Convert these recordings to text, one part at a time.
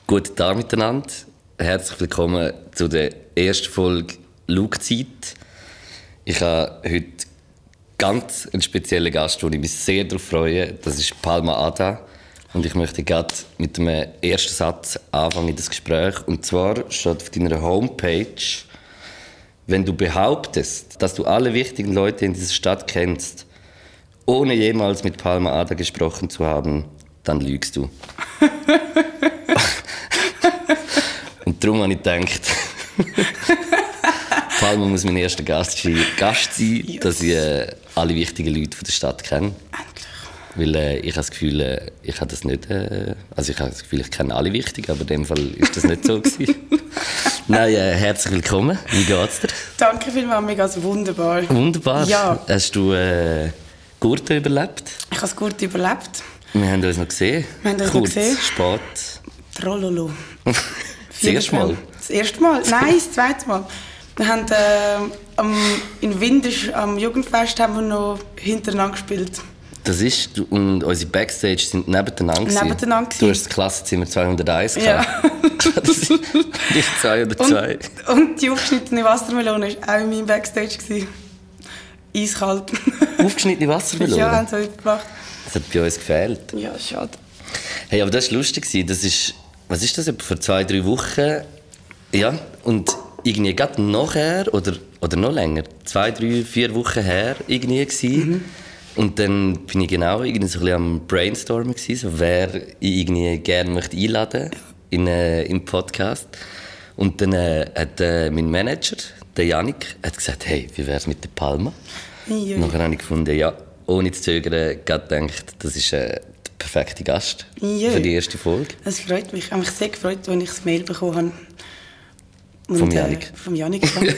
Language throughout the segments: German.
Guten Tag miteinander. Herzlich willkommen zu der ersten Folge Lugzeit. Ich habe heute ganz einen speziellen Gast, wo ich mich sehr darauf freue. Das ist Palma Ada. Und ich möchte gerade mit dem ersten Satz anfangen in das Gespräch. Und zwar steht auf deiner Homepage: Wenn du behauptest, dass du alle wichtigen Leute in dieser Stadt kennst, ohne jemals mit Palma Ada gesprochen zu haben, dann lügst du. Und darum habe ich gedacht, Palma muss mein erster Gast sein, yes, dass ich alle wichtigen Leute von der Stadt kenne. Endlich. Weil ich habe das Gefühl, ich habe das nicht, also ich habe das Gefühl, ich kenne alle wichtigen, aber in dem Fall ist das nicht so gewesen. Nein, herzlich willkommen. Wie geht's dir? Danke vielmals, mir geht's wunderbar. Wunderbar? Ja. Hast du Gurten überlebt? Ich habe das Gurten überlebt. Wir haben uns noch gesehen. Wir haben uns noch gesehen. Spät. Trollolo. Das erste Mal? Das erste Mal? Nein, das zweite Mal. Wir haben in Windisch am Jugendfest haben wir noch hintereinander gespielt. Das ist, und unsere Backstage sind nebeneinander. Nebeneinander. Du hast das Klassenzimmer 201 gehabt. Ja. Das ist nicht 202. Und die aufgeschnittene Wassermelone war auch in meinem Backstage. Eiskalt. Aufgeschnittene Wassermelone? Ja, haben sie mitgebracht. Das hat bei uns gefehlt. Ja, schade. Hey, aber das war lustig. Das ist, was ist das, etwa vor 2-3 Wochen? Ja, und irgendwie gerade nachher, oder noch länger, 2, 3, 4 Wochen her irgendwie gewesen. Mhm. Und dann bin ich genau irgendwie so ein bisschen am Brainstormen gewesen, so wer ich irgendwie gerne möchte einladen im Podcast. Und dann hat mein Manager, der Janik, hat gesagt, hey, wie wär's mit der Palma? Ja. Und dann habe ich gefunden, ja, ohne zu zögern, gedacht, das ist der perfekte Gast für die erste Folge. Es freut mich. Ich habe mich sehr gefreut, als ich das Mail bekommen habe. Und, vom Janik. Vom Janik, ja.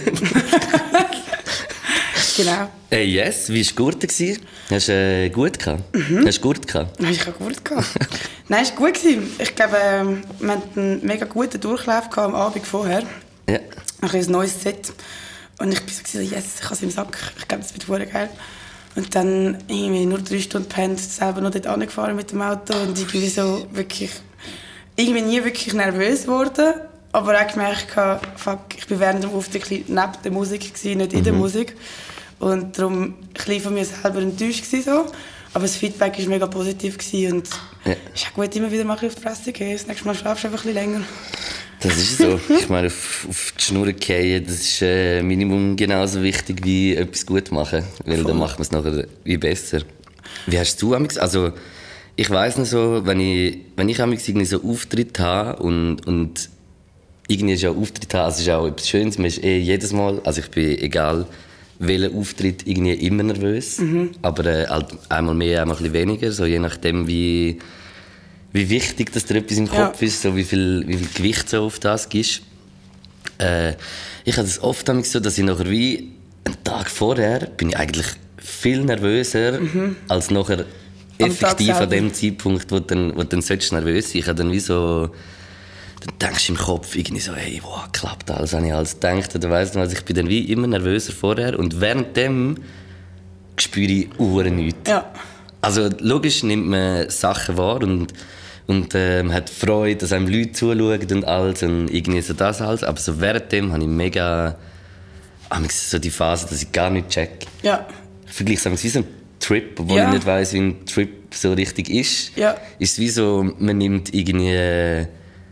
Genau. Hey, yes, wie war die Gurte? Hast du gut gehabt? Mhm. Hast du gut gehabt? Nein, ich habe gut gehabt. Nein, es war gut. Ich glaube, wir hatten einen mega guten Durchlauf am Abend vorher. Ja. Ein neues Set. Und ich war so, yes, ich habe es im Sack. Ich glaube, das wird verdammt geil. Und dann irgendwie nur 3 Stunden gepennt, selber noch dort angefahren mit dem Auto und irgendwie so wirklich, irgendwie nie wirklich nervös geworden, aber auch gemerkt, fuck, ich war während dem Auftritt neben der Musik gewesen, nicht in der Musik, und darum ein bisschen von mir selber enttäuscht gewesen, so. Aber das Feedback war mega positiv gewesen und es ist auch gut, immer wieder mal auf die Fresse gehen. Das nächste Mal schlafst du einfach ein bisschen länger. Das ist so. Ich meine, auf die Schnur fallen, das ist Minimum genauso wichtig wie etwas gut machen. Weil dann macht man es nachher wie besser. Wie hast du amigs? Also, ich weiss noch so, wenn ich amigs irgendwie so Auftritt habe und irgendwie ist ja Auftritt haben, also ist auch etwas Schönes. Man ist jedes Mal, also ich bin egal welchen Auftritt, irgendwie immer nervös. Mhm. Aber halt einmal mehr, einmal ein bisschen weniger, so je nachdem wie wichtig, dass dir etwas im Kopf ist, so wie viel Gewicht so auf das gibst. Ich habe es oft so, dass ich nachher wie einen Tag vorher bin ich eigentlich viel nervöser als nachher effektiv an dem Zeitpunkt, wo du dann nervös sein. Ich habe dann wie so, dann denkst du im Kopf irgendwie so, hey, wow, klappt alles, habe ich alles gedacht. Oder weißt du, also ich bin dann wie immer nervöser vorher und währenddem spüre ich nichts. Ja. Also logisch nimmt man Sachen wahr und hat Freude, dass einem Leute zuschauen und alles und irgendwie so das alles. Aber so währenddem habe ich mega so die Phase, dass ich gar nicht check. Ja. Ich vergleiche es wie so ein Trip, obwohl ich nicht weiss, wie ein Trip so richtig ist. Ja. Ist es wie so, man nimmt irgendwie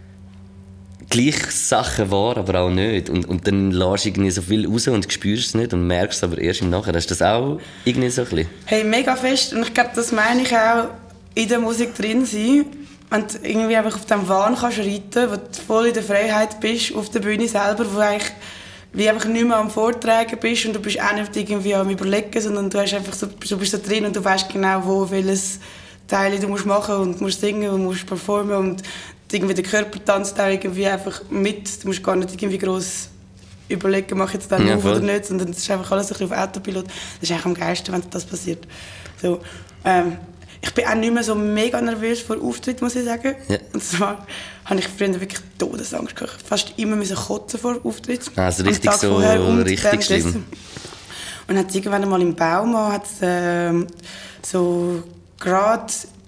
gleich Sachen wahr, aber auch nicht. Und dann lässt du irgendwie so viel raus und spürst es nicht und merkst es aber erst im Nachhinein. Hast du das auch irgendwie so ein bisschen? Hey, mega fest. Und ich glaube, das meine ich auch in der Musik drin sein. Wenn du irgendwie einfach auf diesem Wahn kannst reiten, wo du voll in der Freiheit bist, auf der Bühne selber, wo eigentlich wie einfach nicht mehr am Vortragen bist und du bist auch nicht irgendwie am Überlegen, sondern du, hast einfach so, du bist so drin und du weißt genau, wo welches Teil du musst machen und musst singen und musst performen und irgendwie der Körper tanzt auch irgendwie einfach mit. Du musst gar nicht irgendwie gross überlegen, mache ich jetzt den Move oder nicht, sondern es ist einfach alles ein bisschen auf Autopilot. Das ist eigentlich am geilsten, wenn das passiert. So, ich bin auch nicht mehr so mega nervös vor Auftritt, muss ich sagen. Ja. Und zwar habe ich früher wirklich Todesangst gehabt. Fast immer kotzen vor Auftritt. Also richtig so richtig schlimm. Und hat irgendwann einmal im Baum so gerade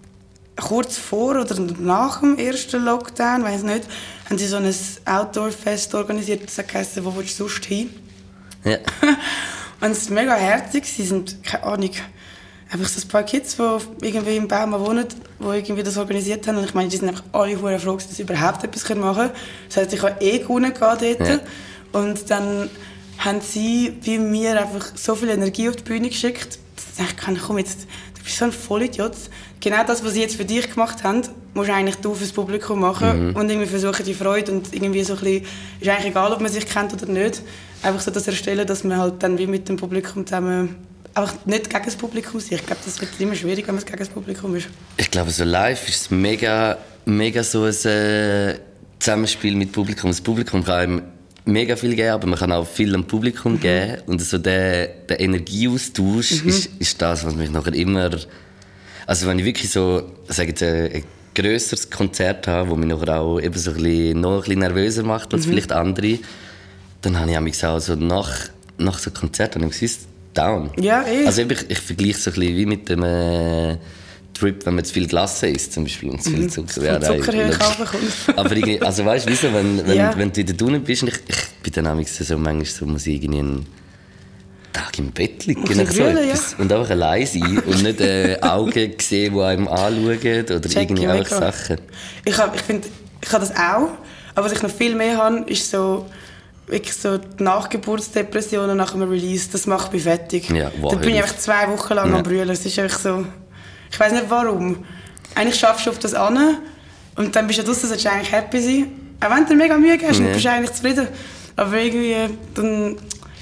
kurz vor oder nach dem ersten Lockdown, weiß nicht, haben sie so ein Outdoor-Fest organisiert, das heisst, wo willst du sonst hin? Ja. Und es ist mega herzig, sie sind, keine Ahnung, einfach so ein paar Kids, die irgendwie im Baum wohnen, die irgendwie das organisiert haben. Und ich meine, die sind einfach alle froh, dass sie überhaupt etwas machen können. Das heisst, ich kann gehen dort. Ja. Und dann haben sie bei mir einfach so viel Energie auf die Bühne geschickt, dass ich dachte, komm jetzt, du bist so ein Vollidiot. Genau das, was sie jetzt für dich gemacht haben, musst du eigentlich du fürs Publikum machen und irgendwie versuchen, die Freude und irgendwie so ein bisschen, ist eigentlich egal, ob man sich kennt oder nicht, einfach so das erstellen, dass man halt dann wie mit dem Publikum zusammen einfach nicht gegen das Publikum sein. Ich glaube, das wird immer schwierig, wenn man gegen das Publikum ist. Ich glaube, so live ist es mega so ein Zusammenspiel mit Publikum. Das Publikum kann einem mega viel geben, aber man kann auch viel am Publikum geben. Und so der Energieaustausch ist das, was mich nachher immer... Also wenn ich wirklich so, sage jetzt, ein grösseres Konzert habe, das mich nachher auch eben so noch ein bisschen nervöser macht als vielleicht andere, dann habe ich auch so nach so Konzerten down. Ja, Also ich vergleiche es so ein bisschen wie mit dem Trip, wenn man zu viel Glasse isst, zum Beispiel, und zu viel Zucker. Ja, Zucker kommt. Aber irgendwie, also weißt du, wieso, wenn du wieder drinnen bist, und ich bin dann manchmal so, muss ich irgendwie einen Tag im Bett liegen so etwas, und einfach allein sein und nicht Augen sehen, die einem anschauen oder irgendwie auch Sachen. Ich finde, ich habe das auch, aber was ich noch viel mehr habe, ist so wirklich so die Nachgeburtsdepressionen nach einem Release, das macht mich fertig. Ja, wow, da bin ich einfach 2 Wochen lang am Brüllen. Es ist einfach so, ich weiß nicht warum. Eigentlich schaffst du auf das an und dann bist du draussen, solltest du eigentlich happy sein. Auch wenn du mega Mühe hast, dann bist du eigentlich zufrieden. Aber irgendwie dann...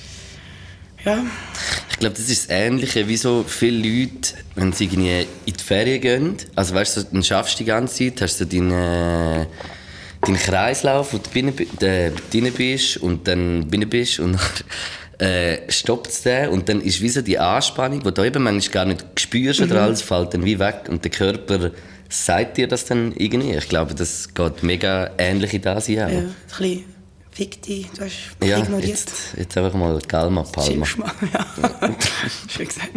Ja. Ich glaube, das ist das Ähnliche, wie so viele Leute, wenn sie irgendwie in die Ferien gehen. Also weißt du, dann schaffst du die ganze Zeit, hast du deinen Kreislauf, wo du drin bist und dann drin bist und dann stoppt es den und dann ist wie so die Anspannung, die du eben manchmal gar nicht spürst oder alles, fällt dann wie weg und der Körper sagt dir das dann irgendwie. Ich glaube, das geht mega ähnlich in das Jahr. Ja, ein bisschen fick dich, du hast mich ignoriert. Jetzt einfach mal Calma Palma. Ja. Schön gesagt.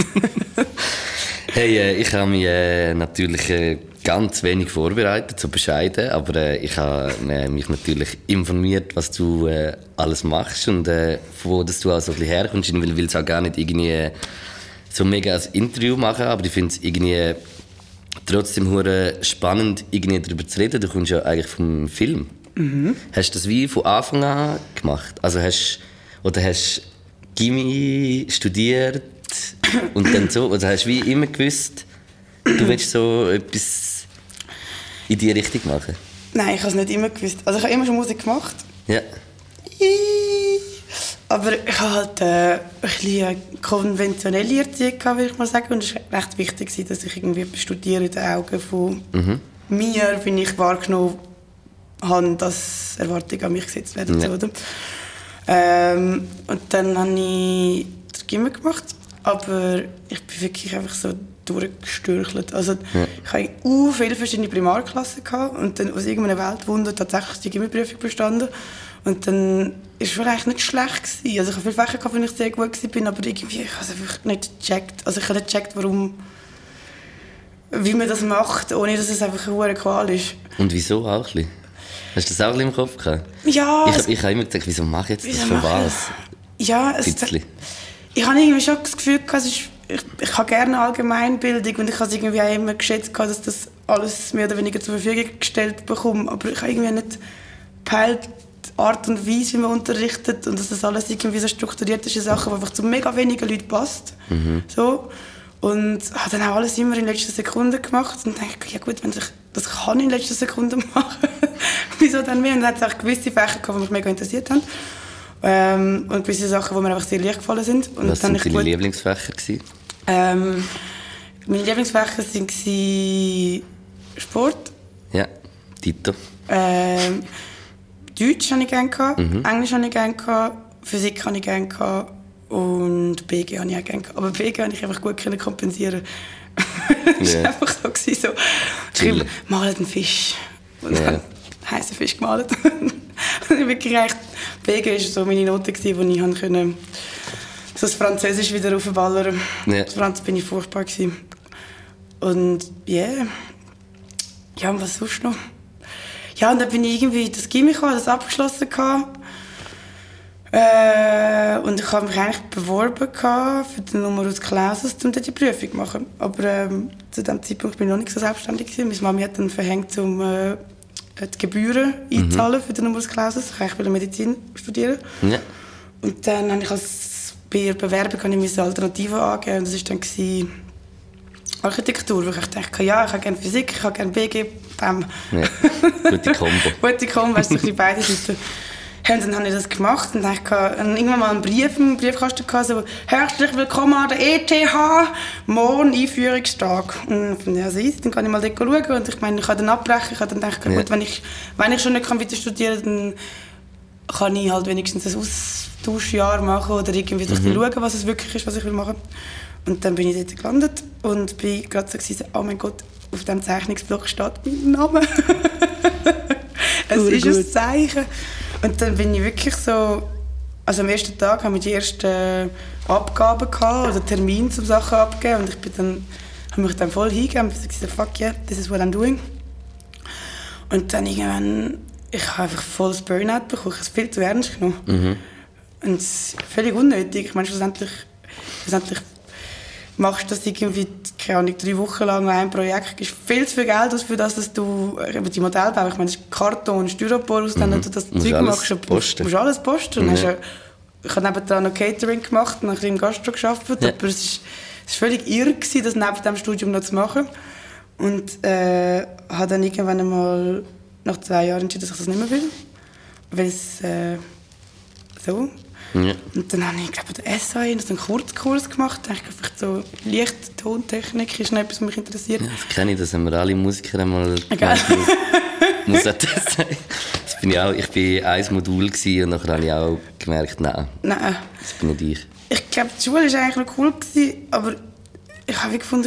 Hey, ich habe mich natürlich ganz wenig vorbereitet, so bescheiden, aber ich habe mich natürlich informiert, was du alles machst und von wo dass du auch so ein bisschen herkommst. Ich will es auch gar nicht irgendwie so mega ein Interview machen, aber ich finde es irgendwie trotzdem spannend, irgendwie darüber zu reden. Du kommst ja eigentlich vom Film. Hast du das wie von Anfang an gemacht? Also hast Gymi studiert und dann so? Oder hast du wie immer gewusst, du willst so etwas in diese Richtung machen? Nein, ich habe es nicht immer gewusst. Also ich habe immer schon Musik gemacht. Ja. Aber ich habe halt ein bisschen eine konventionelle Erziehung gehabt, würde ich mal sagen. Und es war recht wichtig, dass ich irgendwie studiere in den Augen von mir, wenn ich wahrgenommen habe, dass Erwartungen an mich gesetzt werden. Ja. Oder? Und dann habe ich das Gimmer gemacht, aber ich bin wirklich einfach so durchgestürchelt. Also, ich hatte viele verschiedene Primarklassen gehabt und dann aus irgendeinem Weltwunder tatsächlich die Gimmerprüfung bestanden. Und dann war es eigentlich nicht schlecht gewesen. Also ich habe viele Fächer gehabt, wo ich sehr gut war, aber irgendwie ich habe es einfach nicht gecheckt. Also ich habe nicht gecheckt, wie man das macht, ohne dass es einfach eine hohe Qual ist. Und wieso auch ein bisschen? Hast du das auch ein bisschen im Kopf gehabt? Ja. Ich habe immer gedacht, wieso mache ich jetzt das für was? Ja, ich habe irgendwie schon das Gefühl gehabt, ich habe gerne Allgemeinbildung und ich habe es irgendwie auch immer geschätzt, dass das alles mehr oder weniger zur Verfügung gestellt bekomme. Aber ich habe irgendwie nicht gepeilt, die Art und Weise, wie man unterrichtet und dass das alles irgendwie so strukturiert ist, Sachen, die einfach zu mega wenigen Leuten passt. So. Und habe dann auch alles immer in letzter Sekunde gemacht und dachte, ja gut, wenn ich das kann in letzter Sekunde machen, wieso dann mehr? Und dann hat es auch gewisse Fächer gehabt, die mich mega interessiert haben. Und gewisse Sachen, die mir einfach sehr leicht gefallen sind. Und was waren deine Lieblingsfächer? Meine Lieblingsfächer waren Sport. Ja, Tito. Deutsch hatte ich gerne, Englisch hatte ich gerne, Physik hatte ich gerne und BG hatte ich auch gerne. Aber BG konnte ich einfach gut kompensieren. Das war einfach so. Geschrieben, malt einen Fisch. Und dann heißen Fisch gemalt. Wirklich echt, BG war so meine Note, die ich konnte. So das Französisch wieder aufballern. Ja. Das Französisch bin ich furchtbar gewesen. Und ja, Ja, und was sonst noch? Ja, und dann bin ich irgendwie das Gimmi das abgeschlossen gehabt. Und ich habe mich eigentlich beworben für den Numerus Clausus, um dort die Prüfung zu machen. Aber zu diesem Zeitpunkt bin ich noch nicht so selbstständig gewesen. Meine Mami hat dann verhängt, um die Gebühren einzahlen für den Numerus Clausus. Ich wollte Medizin studieren. Ja. Und dann habe ich bei der Bewerbung Alternativen angeben. Und das war dann Architektur, wo ich dachte, ja, ich habe gerne Physik, ich habe gerne BG, bam. Ja, gute Kombo. Gute Kombo, weißt du, beide Seiten. Und dann habe ich das gemacht und dann hatte ich irgendwann mal einen Brief im Briefkasten gehabt, so «Herzlich willkommen an der ETH, morgen Einführungstag». Und dann ja, dann kann ich mal dort schauen und ich meine, ich kann dann abbrechen. Ich habe dann gedacht, gut, wenn ich schon nicht weiter studieren kann, dann kann ich halt wenigstens ein Austauschjahr machen oder irgendwie schauen, was es wirklich ist, was ich machen will. Und dann bin ich dort gelandet und bin gerade so gewesen, oh mein Gott, auf diesem Zeichnungsblock steht mein Name. Es ist ein Zeichen. Und dann bin ich wirklich so, also am ersten Tag haben wir die ersten Abgaben gehabt, oder Termine zum Sachen abgeben und ich habe mich dann voll hingegeben und gesagt, fuck yeah, this is what I'm doing. Und dann irgendwann, ich habe einfach volles Burnout bekommen, ich habe es viel zu ernst genommen. Mhm. Und völlig unnötig, ich meine schlussendlich machst du das irgendwie, keine Ahnung, 3 Wochen lang an einem Projekt, gibst viel zu viel Geld aus für das, dass du über die Modellbau, ich meine, das ist Karton, Styropor aus, dann du das Zeug machst, musst alles posten. Ja. Ich habe nebenan noch Catering gemacht und ein bisschen im Gastro gearbeitet, aber es war völlig irre, das neben dem Studium noch zu machen. Und habe dann irgendwann einmal nach 2 Jahren entschieden, dass ich das nicht mehr will, weil es so. Ja. Und dann habe ich, glaube ich, den SAE, einen Kurzkurs gemacht. Ich dachte, vielleicht so Licht, Tontechnik ist noch etwas, was mich interessiert. Ja, das kenne ich, das haben wir alle Musiker einmal gemacht. Muss das sein? Das bin ich auch. Ich war ein Modul und nachher habe ich auch gemerkt, nein, das bin nicht ich. Ich glaube, die Schule war eigentlich noch cool, aber ich habe gefunden,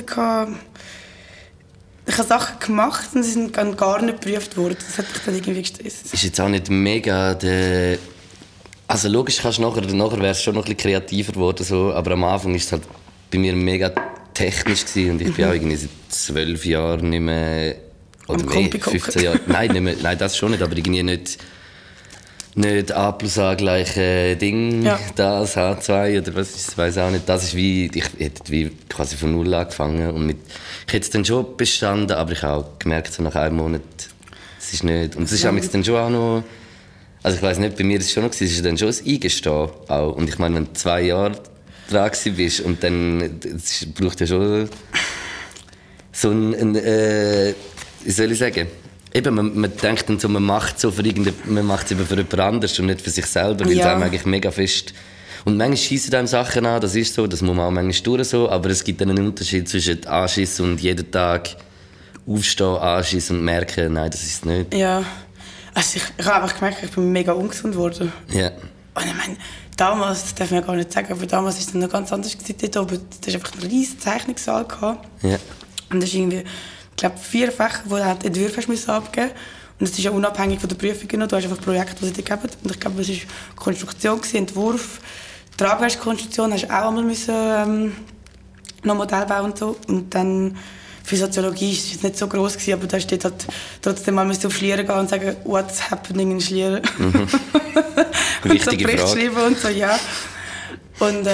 ich habe Sachen gemacht und sie sind gar nicht geprüft worden. Das hat mich dann irgendwie gestresst. Ist jetzt auch nicht mega der... Also logisch kannst du nachher wäre es schon noch ein bisschen kreativer geworden, so, aber am Anfang war es halt bei mir mega technisch gewesen, und ich bin auch irgendwie seit 12 Jahren nicht mehr, oder mehr, 15 Jahre, nein, das schon nicht, aber irgendwie nicht A plus A gleich Ding, ja. Das H2 oder was, ich weiß auch nicht, das ist wie, ich hätte wie quasi von null angefangen und ich hätte es dann schon bestanden, aber ich habe auch gemerkt, so nach einem Monat, es ist nicht, und es ist dann schon auch noch. Also ich weiss nicht, bei mir war es schon noch, es ist dann schon ein Eingestehen auch. Und ich meine, wenn du 2 Jahre dran bist und dann braucht ja schon so wie soll ich sagen? Eben, man denkt dann so, man macht es eben für jemand anderes und nicht für sich selber, weil es einem eigentlich mega fest... Und manchmal schiessen einem Sachen an, das ist so, das muss man auch manchmal durch so, aber es gibt dann einen Unterschied zwischen Anschiss und jeden Tag aufstehen, anschissen und merken, nein, das ist es nicht. Ja. Also ich habe einfach gemerkt, ich bin mega ungesund geworden. Ja. Und ich meine, damals, das darf man ja gar nicht sagen, aber damals war es noch ganz anders dort oben. Da war einfach ein riesiger Zeichnungssaal. Ja. Und das ist irgendwie, ich glaube, 4 Fächer, die du Entwürfe hast abgeben. Und das ist ja unabhängig von der Prüfung. Du hast einfach Projekte, die sie dir geben. Und ich glaube, es war Konstruktion, Entwurf, Tragwerkskonstruktion, hast du auch einmal noch Modell bauen und so. Und dann für Soziologie war es nicht so gross, aber da steht halt trotzdem mal auf Schlieren gehen und sagen, what's happening in Schlieren. Mhm. Und wichtige so Bericht Frage. Schreiben und so, ja. Und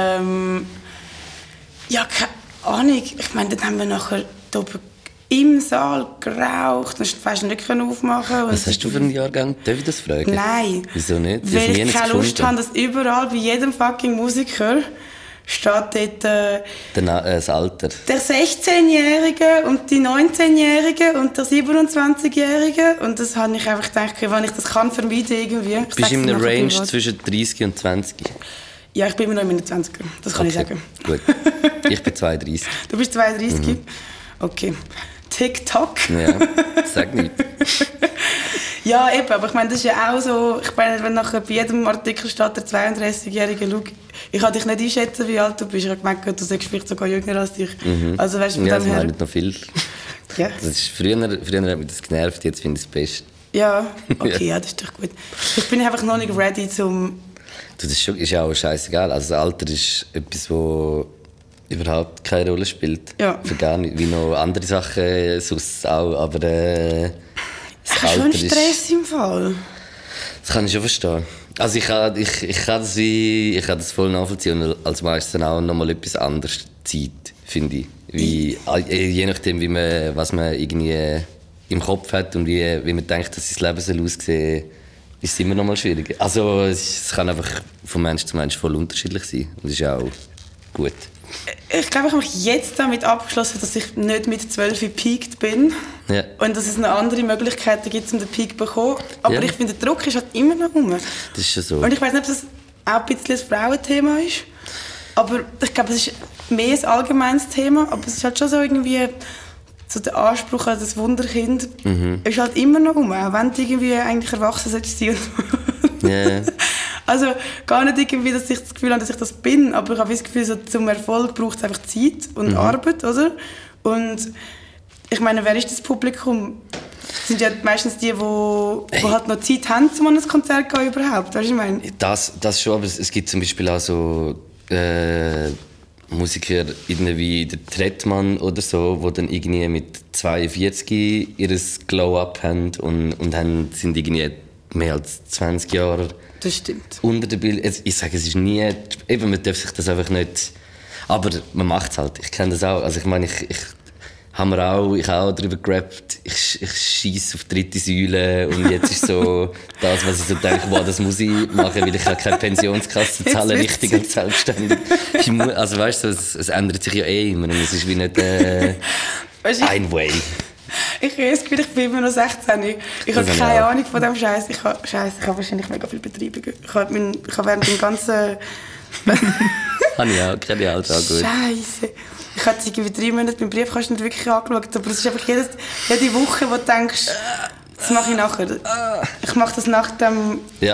ja, keine Ahnung. Ich meine, dann haben wir nachher oben im Saal geraucht, dann hast du nicht aufmachen. Was hast du für einen Jahrgang? Darf ich das fragen? Nein. Wieso nicht? Weil ich keine Lust habe, dass überall bei jedem fucking Musiker steht dort das Alter. Der 16-Jährige und die 19-Jährige und der 27-Jährige. Und das habe ich einfach gedacht, wenn ich das kann vermeiden irgendwie. Bist du in einer Range zwischen 30 und 20? Ja, ich bin immer noch in meinen 20ern, das kann ich sagen. Gut. Ich bin 32. Du bist 32? Mhm. Okay. TikTok. Ja, sag nicht. Ja, eben, aber ich meine, das ist ja auch so, ich meine, wenn nachher bei jedem Artikel steht der 32-Jährige, schau, ich kann dich nicht einschätzen, wie alt du bist. Ich habe gemerkt, du sagst vielleicht sogar jünger als ich. Mhm. Also, weißt du, ja, das meint noch viel. Ja. Das ist, früher hat mich das genervt, jetzt finde ich es best. Ja, okay, ja, das ist doch gut. Ich bin einfach noch nicht ready zum... Das ist ja auch scheißegal. Also das Alter ist etwas, wo... überhaupt keine Rolle spielt. Ja. Für gar nicht. Wie noch andere Sachen sonst auch, aber das ist schon Stress im Fall. Das kann ich schon verstehen. Also ich kann das voll nachvollziehen und als meistens dann auch nochmal etwas anderes Zeit, finde ich. Wie, je nachdem, was man irgendwie im Kopf hat und wie man denkt, dass sein Leben soll aussehen soll, ist es immer noch mal schwieriger. Also es kann einfach von Mensch zu Mensch voll unterschiedlich sein und das ist auch gut. Ich glaube, ich habe mich jetzt damit abgeschlossen, dass ich nicht mit 12 gepeakt bin. Ja. Und dass es noch andere Möglichkeiten gibt, um den Peak zu bekommen. Aber Ja. ich finde, der Druck ist halt immer noch rum. Das ist schon so. Und ich weiß nicht, ob das auch ein bisschen ein Frauenthema ist. Aber ich glaube, es ist mehr ein allgemeines Thema. Aber es ist halt schon so irgendwie... So der Anspruch an das Wunderkind ist halt immer noch rum, auch wenn du irgendwie eigentlich erwachsen solltest sein. Yeah. Also gar nicht irgendwie, dass ich das Gefühl habe, dass ich das bin, aber ich habe das Gefühl, so zum Erfolg braucht es einfach Zeit und Arbeit, oder? Und ich meine, wer ist das Publikum? Das sind ja meistens die, die halt noch Zeit haben, um an ein Konzert zu gehen überhaupt, weißt du, was ich meine? Das schon, aber es gibt zum Beispiel auch so Musiker wie der Trettmann oder so, die dann irgendwie mit 42 ihr Glow-Up haben und sind irgendwie mehr als 20 Jahre Das stimmt. unter der Bild. Ich sage, es ist nie... Eben, man darf sich das einfach nicht... Aber man macht es halt. Ich kenne das auch. Also ich meine, ich habe auch darüber gerappt, ich scheisse auf dritte Säule und jetzt ist so das, was ich so denke, wow, das muss ich machen, weil ich habe keine Pensionskasse zahle, richtig und selbstständig. Also weißt du, es ändert sich ja immer und es ist wie nicht ein Way. Ich habe das Gefühl, ich bin immer noch 16. Ich habe keine Ahnung von diesem Scheiß. Ich habe wahrscheinlich mega viele Betreibungen. Ich habe während dem ganzen... Habe ich auch, kenne ich auch schon gut. Scheiße. Ich habe irgendwie 3 Monate meinen Briefkasten nicht wirklich angeschaut, aber es ist einfach jede Woche, wo du denkst, das mache ich nachher. Ich mache das nach dem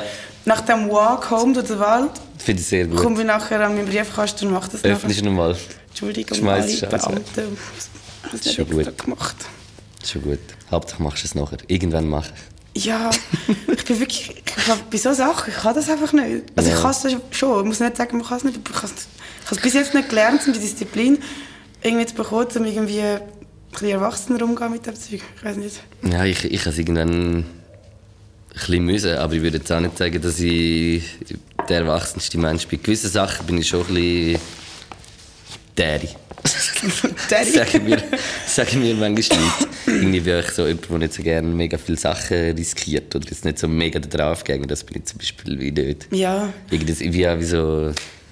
Walk home durch den Wald. Finde ich sehr gut. Komme ich nachher an meinen Briefkasten und mache das Öffnest du nochmal? Entschuldigung, alle Beamten. Das ist schon gut. Gemacht. Das ist schon gut. Hauptsache machst du es nachher. Irgendwann machen. Ja, ich bin wirklich... bei solchen Sachen, ich kann das einfach nicht. Also ich kann es schon. Ich muss nicht sagen, man kann es nicht. Aber ich habe es bis jetzt nicht gelernt, um die Disziplin irgendwie zu bekommen, um irgendwie ein bisschen erwachsener umgehen mit dem Zeug. Ich weiß nicht. Ja, ich habe es irgendwann ein bisschen müssen, aber ich würde jetzt auch nicht sagen, dass ich der erwachsenste Mensch bin. Gewisse Sachen bin ich schon ein bisschen Daddy. Daddy? sagen wir manchmal Leute. Irgendwie bin ich so jemand, der nicht so gerne mega viele Sachen riskiert oder jetzt nicht so mega drauf geht. Das bin ich zum Beispiel wie nicht. Ja. Wie so...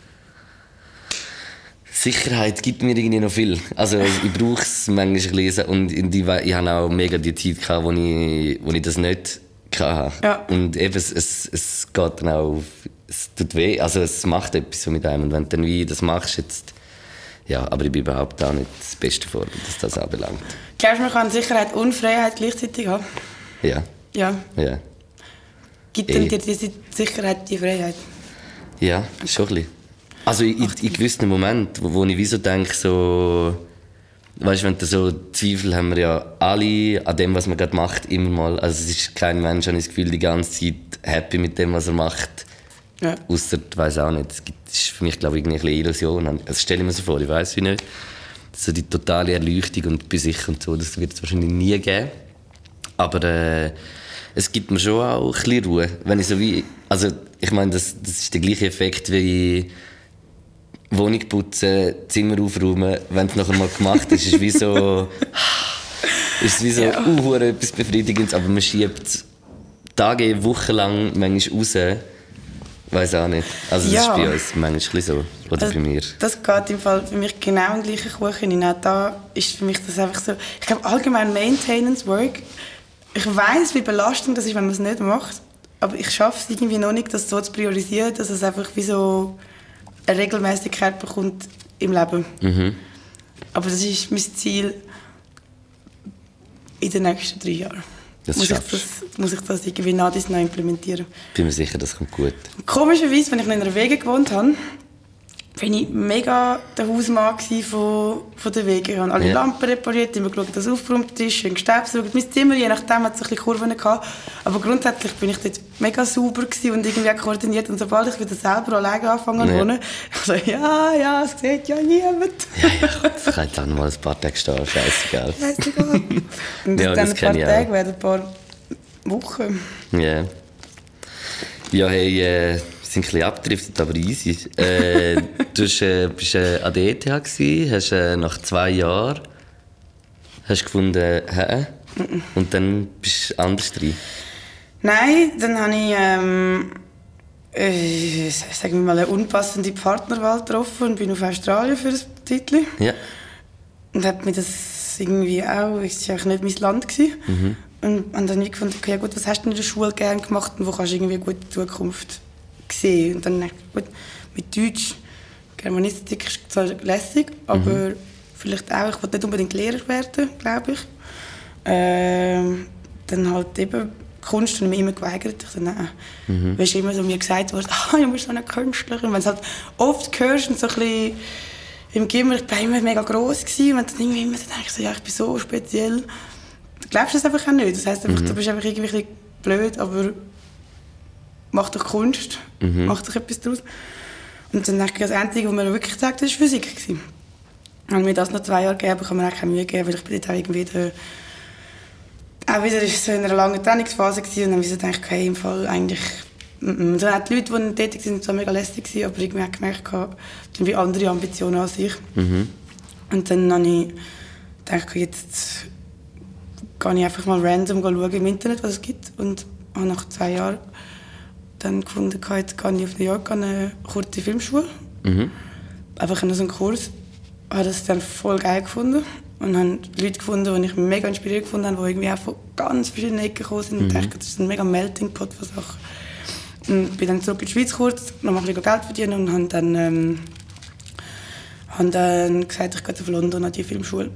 Sicherheit gibt mir irgendwie noch viel. Also ich brauche es manchmal ein bisschen. Und ich habe auch mega die Zeit gehabt, wo ich das nicht hatte. Ja. Und eben, es geht dann auch... Es tut weh. Also es macht etwas so mit einem. Und wenn du dann wie das machst jetzt... Ja, aber ich bin überhaupt auch nicht das beste Vorbild, was das anbelangt. Glaubst du, man kann Sicherheit und Freiheit gleichzeitig haben? Ja. Ja. Ja. Gibt denn dir diese Sicherheit die Freiheit? Ja, schon ein bisschen. Also in gewissen Momenten, wo ich wie so denke, so... Weißt du, wenn du so Zweifel haben wir ja alle an dem, was man gerade macht, immer mal. Also es ist kein Mensch, habe ich das Gefühl, die ganze Zeit happy mit dem, was er macht. Ja. Ausser, ich weiss auch nicht, das ist für mich, glaube ich, eine Illusion. Das stelle ich mir so vor, ich weiss wie nicht. So die totale Erleuchtung und bei sich und so, das wird es wahrscheinlich nie geben. Aber es gibt mir schon auch ein bisschen Ruhe. Wenn ich so wie, also ich meine, das ist der gleiche Effekt wie Wohnung putzen, Zimmer aufräumen. Wenn es nachher mal gemacht ist, ist es wie so, etwas Befriedigendes. Aber man schiebt Tage, Wochen lang manchmal raus. Weiß auch nicht. Also das ist bei uns manchmal so. Oder bei mir. Das geht im Fall für mich genau in den gleichen Kuchen hinein. Da ist für mich das einfach so... Ich glaube allgemein Maintenance Work, ich weiss, wie belastend das ist, wenn man es nicht macht. Aber ich schaffe es irgendwie noch nicht, das so zu priorisieren, dass es einfach wie so eine Regelmäßigkeit bekommt im Leben. Mhm. Aber das ist mein Ziel in den nächsten 3 Jahren. Muss ich das irgendwie nach dies neu implementieren. Bin mir sicher, das kommt gut. Komischerweise, wenn ich noch in einer Wege gewohnt habe, bin ich mega der Hausmann von der Wege. Ich habe alle Lampen repariert, immer geschaut, dass es aufgeräumt ist, schön gestäbsaugt. Mein Zimmer, je nachdem, hat es ein bisschen Kurven gehabt. Aber grundsätzlich bin ich dort mega sauber gewesen und irgendwie koordiniert. Und sobald ich wieder selber alleine angefangen zu wohnen, ich so, ja, es sieht ja niemand. Ja, das kann dann mal ein paar Tage stehen, scheißegal. Scheißegal. Und dann ein paar Tage werden ein paar Wochen. Ja. Ja, hey, wir sind ein bisschen abgedriftet, aber easy. Du bist an der ETH gewesen, hast nach 2 Jahren gefunden, und dann bist du anders drin. Nein, dann habe ich, sagen wir mal, eine unpassende Partnerwahl getroffen und bin auf Australien für das Titel. Ja. Und habe mir das irgendwie auch, es war eigentlich nicht mein Land gewesen. Und habe dann gefunden, okay, gut, was hast du in der Schule gerne gemacht und wo kannst du irgendwie gut die Zukunft sehen? Und dann dachte ich, gut, mit Deutsch, Germanistik ist zwar lässig, aber vielleicht auch, ich wollte nicht unbedingt Lehrer werden, glaube ich. Dann halt eben Kunst und mich immer geweigert. Ich dachte, nein. Weißt du, immer so mir gesagt worden, du bist so eine Künstlerin. Wenn du halt oft hörst und so ein bisschen im Gimmer, ich war immer mega gross gewesen, und dann irgendwie immer so denkst, ja, ich bin so speziell. Du glaubst das einfach auch nicht. Das heisst einfach, du bist einfach irgendwie ein bisschen blöd, aber mach doch Kunst, mach doch etwas daraus. Und dann dachte ich, das Einzige, was mir wirklich gesagt hat, war Physik. Und mir das noch 2 Jahre gegeben, kann man auch keine Mühe geben, weil ich bin dort auch irgendwie auch wieder so in einer langen Trainingsphase gewesen, und dann habe ich okay, im Fall eigentlich, so auch die Leute, die tätig sind, waren mega lästig gewesen, aber irgendwie habe ich gemerkt, ich habe irgendwie andere Ambitionen als ich. Und dann habe ich gedacht, jetzt gehe ich einfach mal random schauen im Internet, was es gibt, und habe nach 2 Jahren dann gefunden, jetzt gehe ich auf New York an eine kurze Filmschule. Einfach nur so einen Kurs. Ich habe das dann voll geil gefunden und habe Leute gefunden, die ich mega inspiriert gefunden habe, die irgendwie auch von ganz verschiedenen Ecken gekommen sind. Und dachte, das ist ein mega Melting Pot von Sachen. Und bin dann zurück in die Schweiz kurz, noch ein bisschen Geld verdienen und habe dann gesagt, ich gehe auf London an die Filmschule.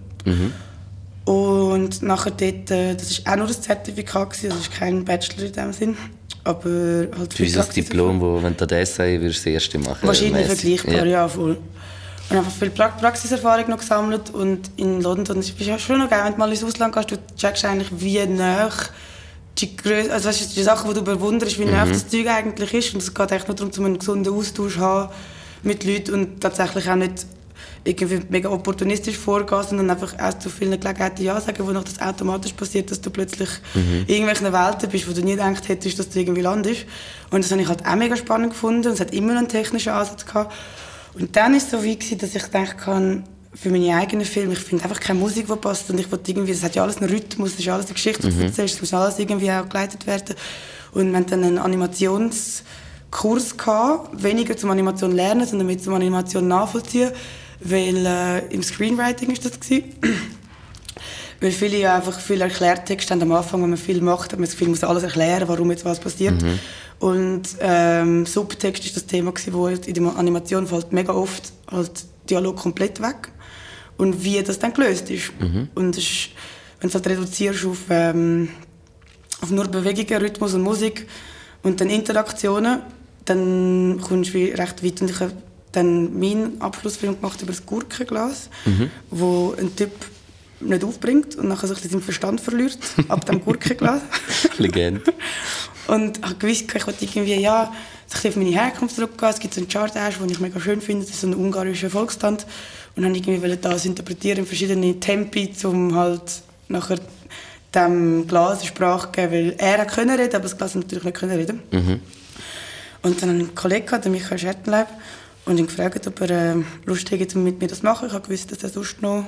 Und nachher dort, das war auch nur ein Zertifikat, also das ist kein Bachelor in dem Sinn. Aber halt für das Diplom, wo, wenn du das Essay würdest, das erste machen. Wahrscheinlich vergleichbar, ja, voll. Und einfach viel Praxiserfahrung noch gesammelt, und in London ist es schon noch geil, wenn du mal ins Ausland gehst, du checkst eigentlich, wie nah die Größe, also weißt du, die Sachen, die du bewunderst, wie nah das Zeug eigentlich ist, und es geht eigentlich nur darum, um einen gesunden Austausch zu haben mit Leuten und tatsächlich auch nicht irgendwie mega opportunistisch vorgehen, sondern einfach erst zu vielen Gelegenheiten Ja sagen, wo noch das automatisch passiert, dass du plötzlich in irgendwelchen Welten bist, wo du nie gedacht hättest, dass du irgendwie landest. Und das habe ich halt auch mega spannend gefunden, und es hat immer noch einen technischen Ansatz gehabt. Und dann war es so wie, dass ich dachte, für meine eigenen Filme, ich finde einfach keine Musik, die passt, und ich wollte irgendwie, das hat ja alles einen Rhythmus, das ist alles eine Geschichte, die du erzählst, es muss alles irgendwie auch geleitet werden. Und wir hatten dann einen Animationskurs gehabt, weniger zum Animation lernen, sondern mehr zum Animation nachvollziehen, weil im Screenwriting war das gewesen. Weil viele ja einfach viel Erklärtexte haben am Anfang, wenn man viel macht, hat man das Gefühl, man muss alles erklären, warum jetzt was passiert. Und Subtext war das Thema, wo in der Animation fällt mega oft halt Dialog komplett weg. Und wie das dann gelöst ist. Und das ist, wenn du es halt reduzierst auf nur Bewegungen, Rhythmus und Musik und dann Interaktionen, dann kommst du recht weit. Und ich habe dann meinen Abschlussfilm gemacht über das Gurkenglas, wo ein Typ nicht aufbringt und nachher sich seinen Verstand verliert ab dem Gurkenglas. Legende. Und ich wusste, ich wollte irgendwie, ja, auf meine Herkunft zurückgehen. Es gibt so einen Chart-Ash, den ich mega schön finde, das ist so ein ungarischer Volkstanz. Und dann irgendwie das interpretieren in verschiedene Tempi, um halt nachher dem Glas eine Sprache zu geben, weil er können reden, aber das Glas natürlich nicht können reden. Und dann einen Kollegen, den Michael Schertenleib, und ihn gefragt, ob er Lust hätte, mit mir das zu machen. Ich habe gewusst, dass er sonst noch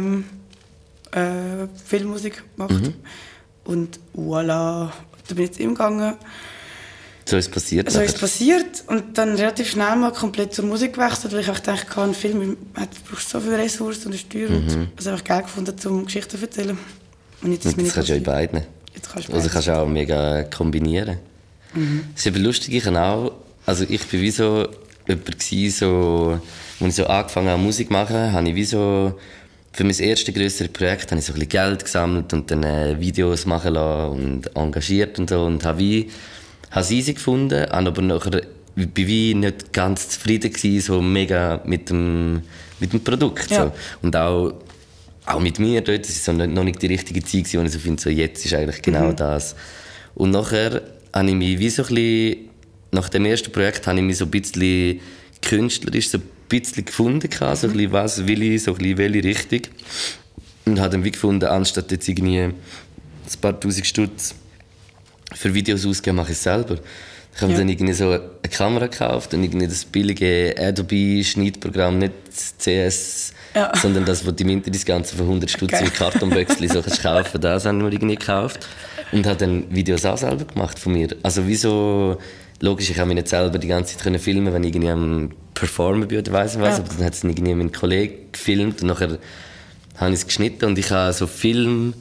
Filmmusik macht. Und voilà, da bin ich zu ihm gegangen. So ist es passiert. So ist es passiert und dann relativ schnell mal komplett zur Musik gewechselt, weil ich auch dachte, ein Film braucht so viele Ressourcen und eine Steuer und also habe ich geil gefunden, um Geschichten zu erzählen. Und jetzt das kannst du ja in beiden. Also kannst du auch mega kombinieren. Das ist aber lustig, ich bin wie so jemand gewesen, so, als ich so angefangen habe Musik zu machen, habe ich wie so für mein erstes grösseres Projekt habe ich so ein bisschen Geld gesammelt und dann Videos machen lassen und engagiert und so und habe es easy gefunden, habe aber nachher bin wie nicht ganz zufrieden gewesen, so mega mit dem Produkt. Ja. So. Und auch mit mir dort, das war so noch nicht die richtige Zeit gewesen, wo ich so finde, so jetzt ist eigentlich genau das. Und nachher habe ich mich wie so ein bisschen, nach dem ersten Projekt habe ich mich so ein bisschen künstlerisch so ein bisschen gefunden, so ein bisschen, was will ich, so ein bisschen welche Richtung. Und habe dann wie gefunden, anstatt jetzt irgendwie ein paar tausend Stutz für Videos auszugeben, mache ich es selber. Ich habe dann irgendwie so eine Kamera gekauft und irgendwie das billige Adobe-Schneidprogramm, nicht das CS, sondern das, wo du im Internet das Ganze für 100 Stutz wie Kartonböckchen so kannst kaufen, das haben wir irgendwie gekauft. Und habe dann Videos auch selber gemacht von mir. Also wieso, logisch, ich habe mich nicht selber die ganze Zeit können filmen, wenn ich irgendwie am Performen bin oder weiss was, aber dann hat es irgendwie mein Kollege gefilmt und nachher habe ich es geschnitten und ich habe so Film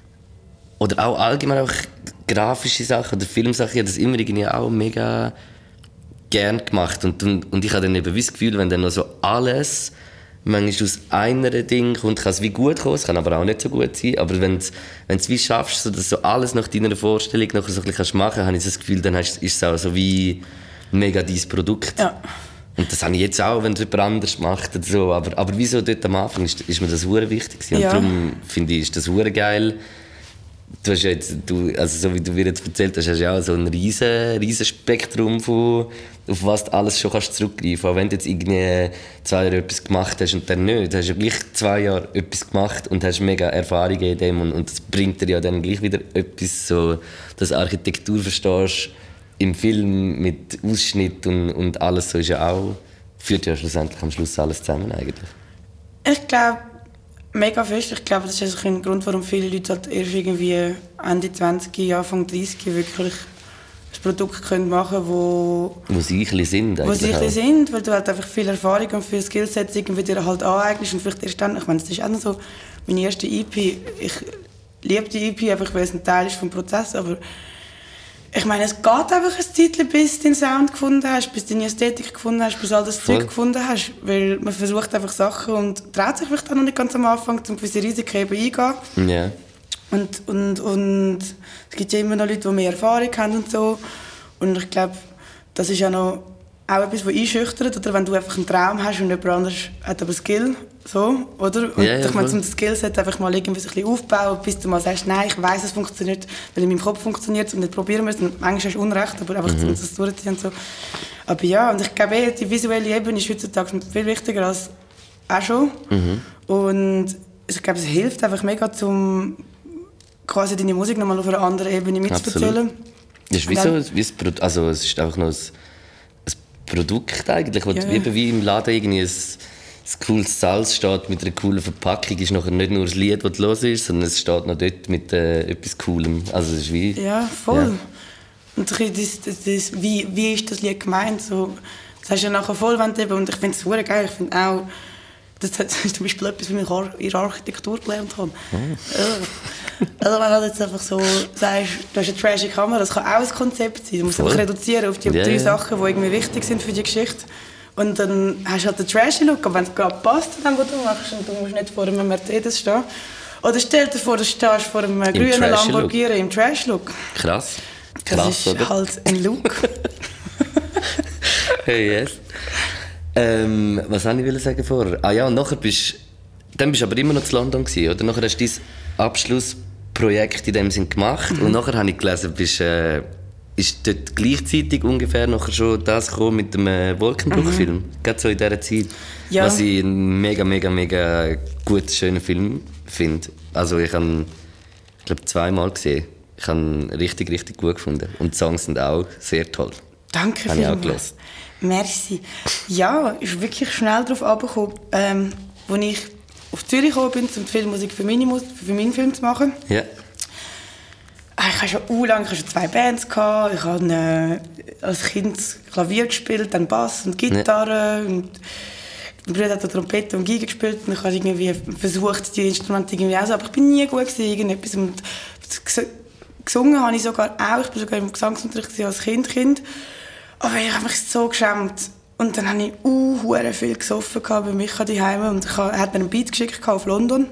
oder auch allgemein auch grafische Sachen oder Filmsachen, ich habe das immer irgendwie auch mega gern gemacht und ich habe dann eben das Gefühl, wenn dann noch so alles manchmal aus einer Ding kommt, kann es wie gut kommen, es kann aber auch nicht so gut sein, aber wenn du es wie schaffst, so, dass so alles nach deiner Vorstellung nachher so ein bisschen machen kannst, habe ich das Gefühl, dann ist es auch so wie mega dein Produkt. Ja. Und das habe ich jetzt auch, wenn es jemand anders macht oder so, aber wieso dort am Anfang ist mir das hure wichtig gewesen. Und darum finde ich, ist das hure geil. Du hast ja jetzt, also so wie du mir jetzt erzählt hast, hast du ja auch so ein riesen Spektrum von, auf was du alles schon kannst zurückgreifen kannst. Auch wenn du jetzt irgendwie 2 Jahre etwas gemacht hast und dann nicht, hast du ja gleich 2 Jahre etwas gemacht und hast mega Erfahrungen in dem und das bringt dir ja dann gleich wieder etwas, so, dass du Architektur verstehst im Film mit Ausschnitt und alles so ist ja auch, führt ja schlussendlich am Schluss alles zusammen eigentlich. Ich glaube, mega fest. Ich glaube, das ist ein Grund, warum viele Leute halt erst irgendwie Ende 20, Anfang 30 wirklich ein Produkt können machen können, wo sie ein bisschen sind. Wo sie ein bisschen sind, weil du halt einfach viel Erfahrung und viel Skillsets irgendwie dir halt aneignest und vielleicht erst dann, ich meine, das ist auch noch so meine erste EP. Ich liebe die EP, einfach weil es ein Teil ist vom Prozess, aber ich meine, es geht einfach ein Zeitchen, bis du den Sound gefunden hast, bis du deine Ästhetik gefunden hast, bis du all das Zeug gefunden hast. Weil man versucht einfach Sachen und traut sich vielleicht auch noch nicht ganz am Anfang, um gewisse Risiken eben eingehen. Yeah. Und es gibt ja immer noch Leute, die mehr Erfahrung haben und so. Und ich glaube, das ist ja noch auch etwas, was einschüchtert. Oder wenn du einfach einen Traum hast und jemand anderes hat aber Skill. So, oder? Und ich meine, das Skillset einfach mal irgendwie so ein bisschen aufbauen, bis du mal sagst, nein, ich weiss, es funktioniert, weil in meinem Kopf funktioniert es und nicht probieren wir es. Und manchmal hast du Unrecht, aber einfach das durchziehen und so. Aber ja, und ich glaube, die visuelle Ebene ist heutzutage viel wichtiger als auch schon. Und ich glaube, es hilft einfach mega, um quasi deine Musik nochmal auf einer anderen Ebene mitzuerzählen. Das ist also es ist einfach noch ein Produkt eigentlich, wo wie im Laden irgendwie ein cooles Salz steht mit einer coolen Verpackung, ist nachher nicht nur das Lied, das du hörst, sondern es steht noch dort mit etwas Coolem. Also es ist wie... Ja, voll. Ja. Und wie ist das Lied gemeint? So, das hast du ja nachher voll, wenn du, und ich finde es super geil. Ich finde auch, das ist zum Beispiel etwas, was ich in der Architektur gelernt habe. Also wenn du jetzt einfach so sagst, du hast eine trashy Kamera, das kann auch ein Konzept sein. Du musst einfach reduzieren auf die 3 Sachen, die irgendwie wichtig sind für die Geschichte. Und dann hast du halt den trashy Look, aber wenn es gerade passt, dann, was du machst, und du musst nicht vor einem Mercedes stehen. Oder stell dir vor, du stehst vor einem grünen Lamborghini im Trash-Look. Krass. Das ist oder? Halt ein Look. Hey, yes. Was wollte ich sagen vorher? Ah ja, und nachher bist du aber immer noch in London gewesen, oder? Nachher hast du dein Abschlussprojekt in dem Sinn gemacht und nachher habe ich gelesen, ist dort gleichzeitig ungefähr nachher schon das gekommen mit dem Wolkenbruchfilm. Gerade so in dieser Zeit. Ja. Was ich einen mega, mega, mega guten, schönen Film finde. Also ich habe ihn, ich glaube, 2-mal gesehen. Ich habe ihn richtig, richtig gut gefunden. Und die Songs sind auch sehr toll. Danke habe ich auch gehört. Merci. Ja, ich bin wirklich schnell darauf angekommen, als ich auf Zürich gekommen bin, um die Filmmusik für meinen Film zu machen. Ja. Ich hatte schon 2 Bands. Ich habe als Kind Klavier gespielt, dann Bass und Gitarre. Und mein Bruder hat Trompete und Geige gespielt. Und ich habe irgendwie versucht, die Instrumente irgendwie auch so. Aber ich bin nie gut gewesen, und gesungen habe ich sogar auch. Ich war sogar im Gesangsunterricht als Kind. Aber ich habe mich so geschämt. Und dann habe ich viel gesoffen bei mich zu Hause. Und er hat mir einen Beat geschickt auf London.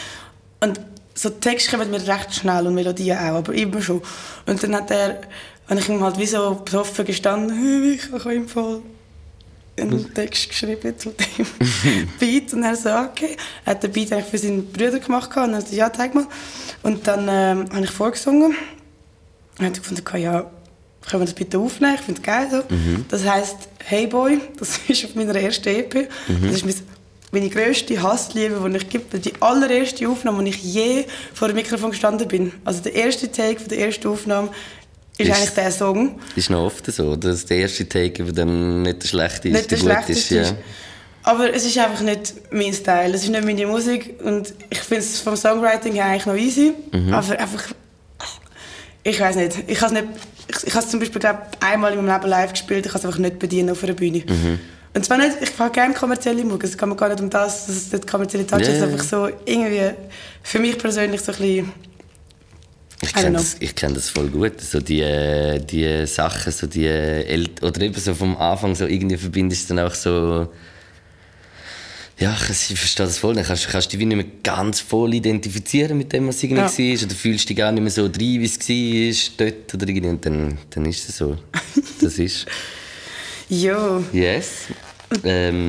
Und so Texte kommen mir recht schnell und Melodien auch, aber immer schon. Und dann habe habe ich ihm halt wie so betroffen gestanden, ich habe ihm voll einen Text geschrieben zu dem Beat. Und er so, okay. Er hat den Beat eigentlich für seinen Bruder gemacht und er so, ja, zeig mal. Und dann habe ich vorgesungen. Und hat gefunden, ja, können wir das bitte aufnehmen? Ich finde es geil so. Das heisst «Hey Boy», das ist auf meiner ersten EP. Das ist meine grösste Hassliebe, die ich gibt. Die allererste Aufnahme, als ich je vor dem Mikrofon gestanden bin. Also der erste Take von der ersten Aufnahme ist eigentlich der Song. Ist noch oft so, dass der erste Take dann nicht der schlechte ist, nicht der schlechteste ist. Aber es ist einfach nicht mein Style, es ist nicht meine Musik. Und ich finde es vom Songwriting her eigentlich noch easy. Aber einfach... Ich weiß nicht. Ich habe es zum Beispiel einmal in meinem Leben live gespielt, ich kann es einfach nicht bedienen auf einer Bühne. Und zwar nicht, ich habe gerne kommerzielle Musik, es geht mir gar nicht um das, dass es nicht kommerzielle Touch ist, es ist einfach so irgendwie, für mich persönlich so ein bisschen... Ich kenn das voll gut, so die Sachen, so oder eben so vom Anfang so irgendwie verbindest du dann auch so... Ja, ich verstehe das voll. Dann kannst du dich nicht mehr ganz voll identifizieren mit dem, was irgendwie war. Oder fühlst dich gar nicht mehr so drin, wie es war, dort oder irgendwie. Und dann ist es so. Das ist... Jo. Yes. Was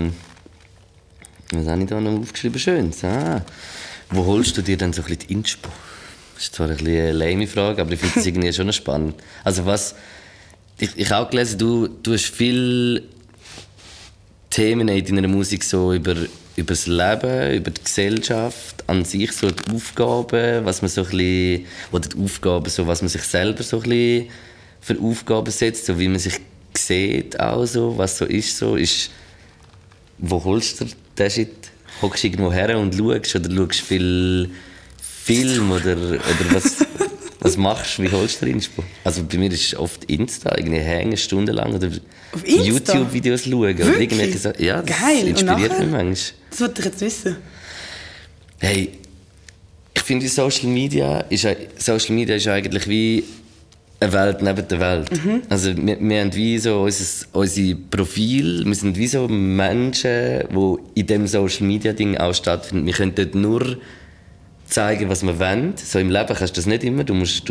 habe ich da noch aufgeschrieben? Schönes. Wo holst du dir dann so ein bisschen die Inspo? Das ist zwar ein bisschen eine lame Frage, aber ich finde das irgendwie schon spannend. Also was... Ich habe auch gelesen, du hast viele Themen in deiner Musik so über das Leben, über die Gesellschaft, an sich so die Aufgaben, was man so ein bisschen... Oder die Aufgaben, so, was man sich selber so ein bisschen für Aufgaben setzt, so wie man sich sieht auch so, was so ist, wo holst du den Shit? Hockst du irgendwo her und schaust oder schaust viel Film oder was machst du, wie holst du den Inspo? Also bei mir ist es oft Insta, irgendwie hängen stundenlang oder YouTube-Videos schauen. Oder irgendwelche Sachen. Ja, das geil. Inspiriert mich manchmal. Das wollte ich jetzt wissen. Hey, ich finde Social Media ist eigentlich wie eine Welt neben der Welt. Also wir haben wie so unser Profil, wir sind wie so Menschen, die in diesem Social Media Ding auch stattfinden. Wir können dort nur zeigen, was wir wollen. So im Leben kannst du das nicht immer. Du musst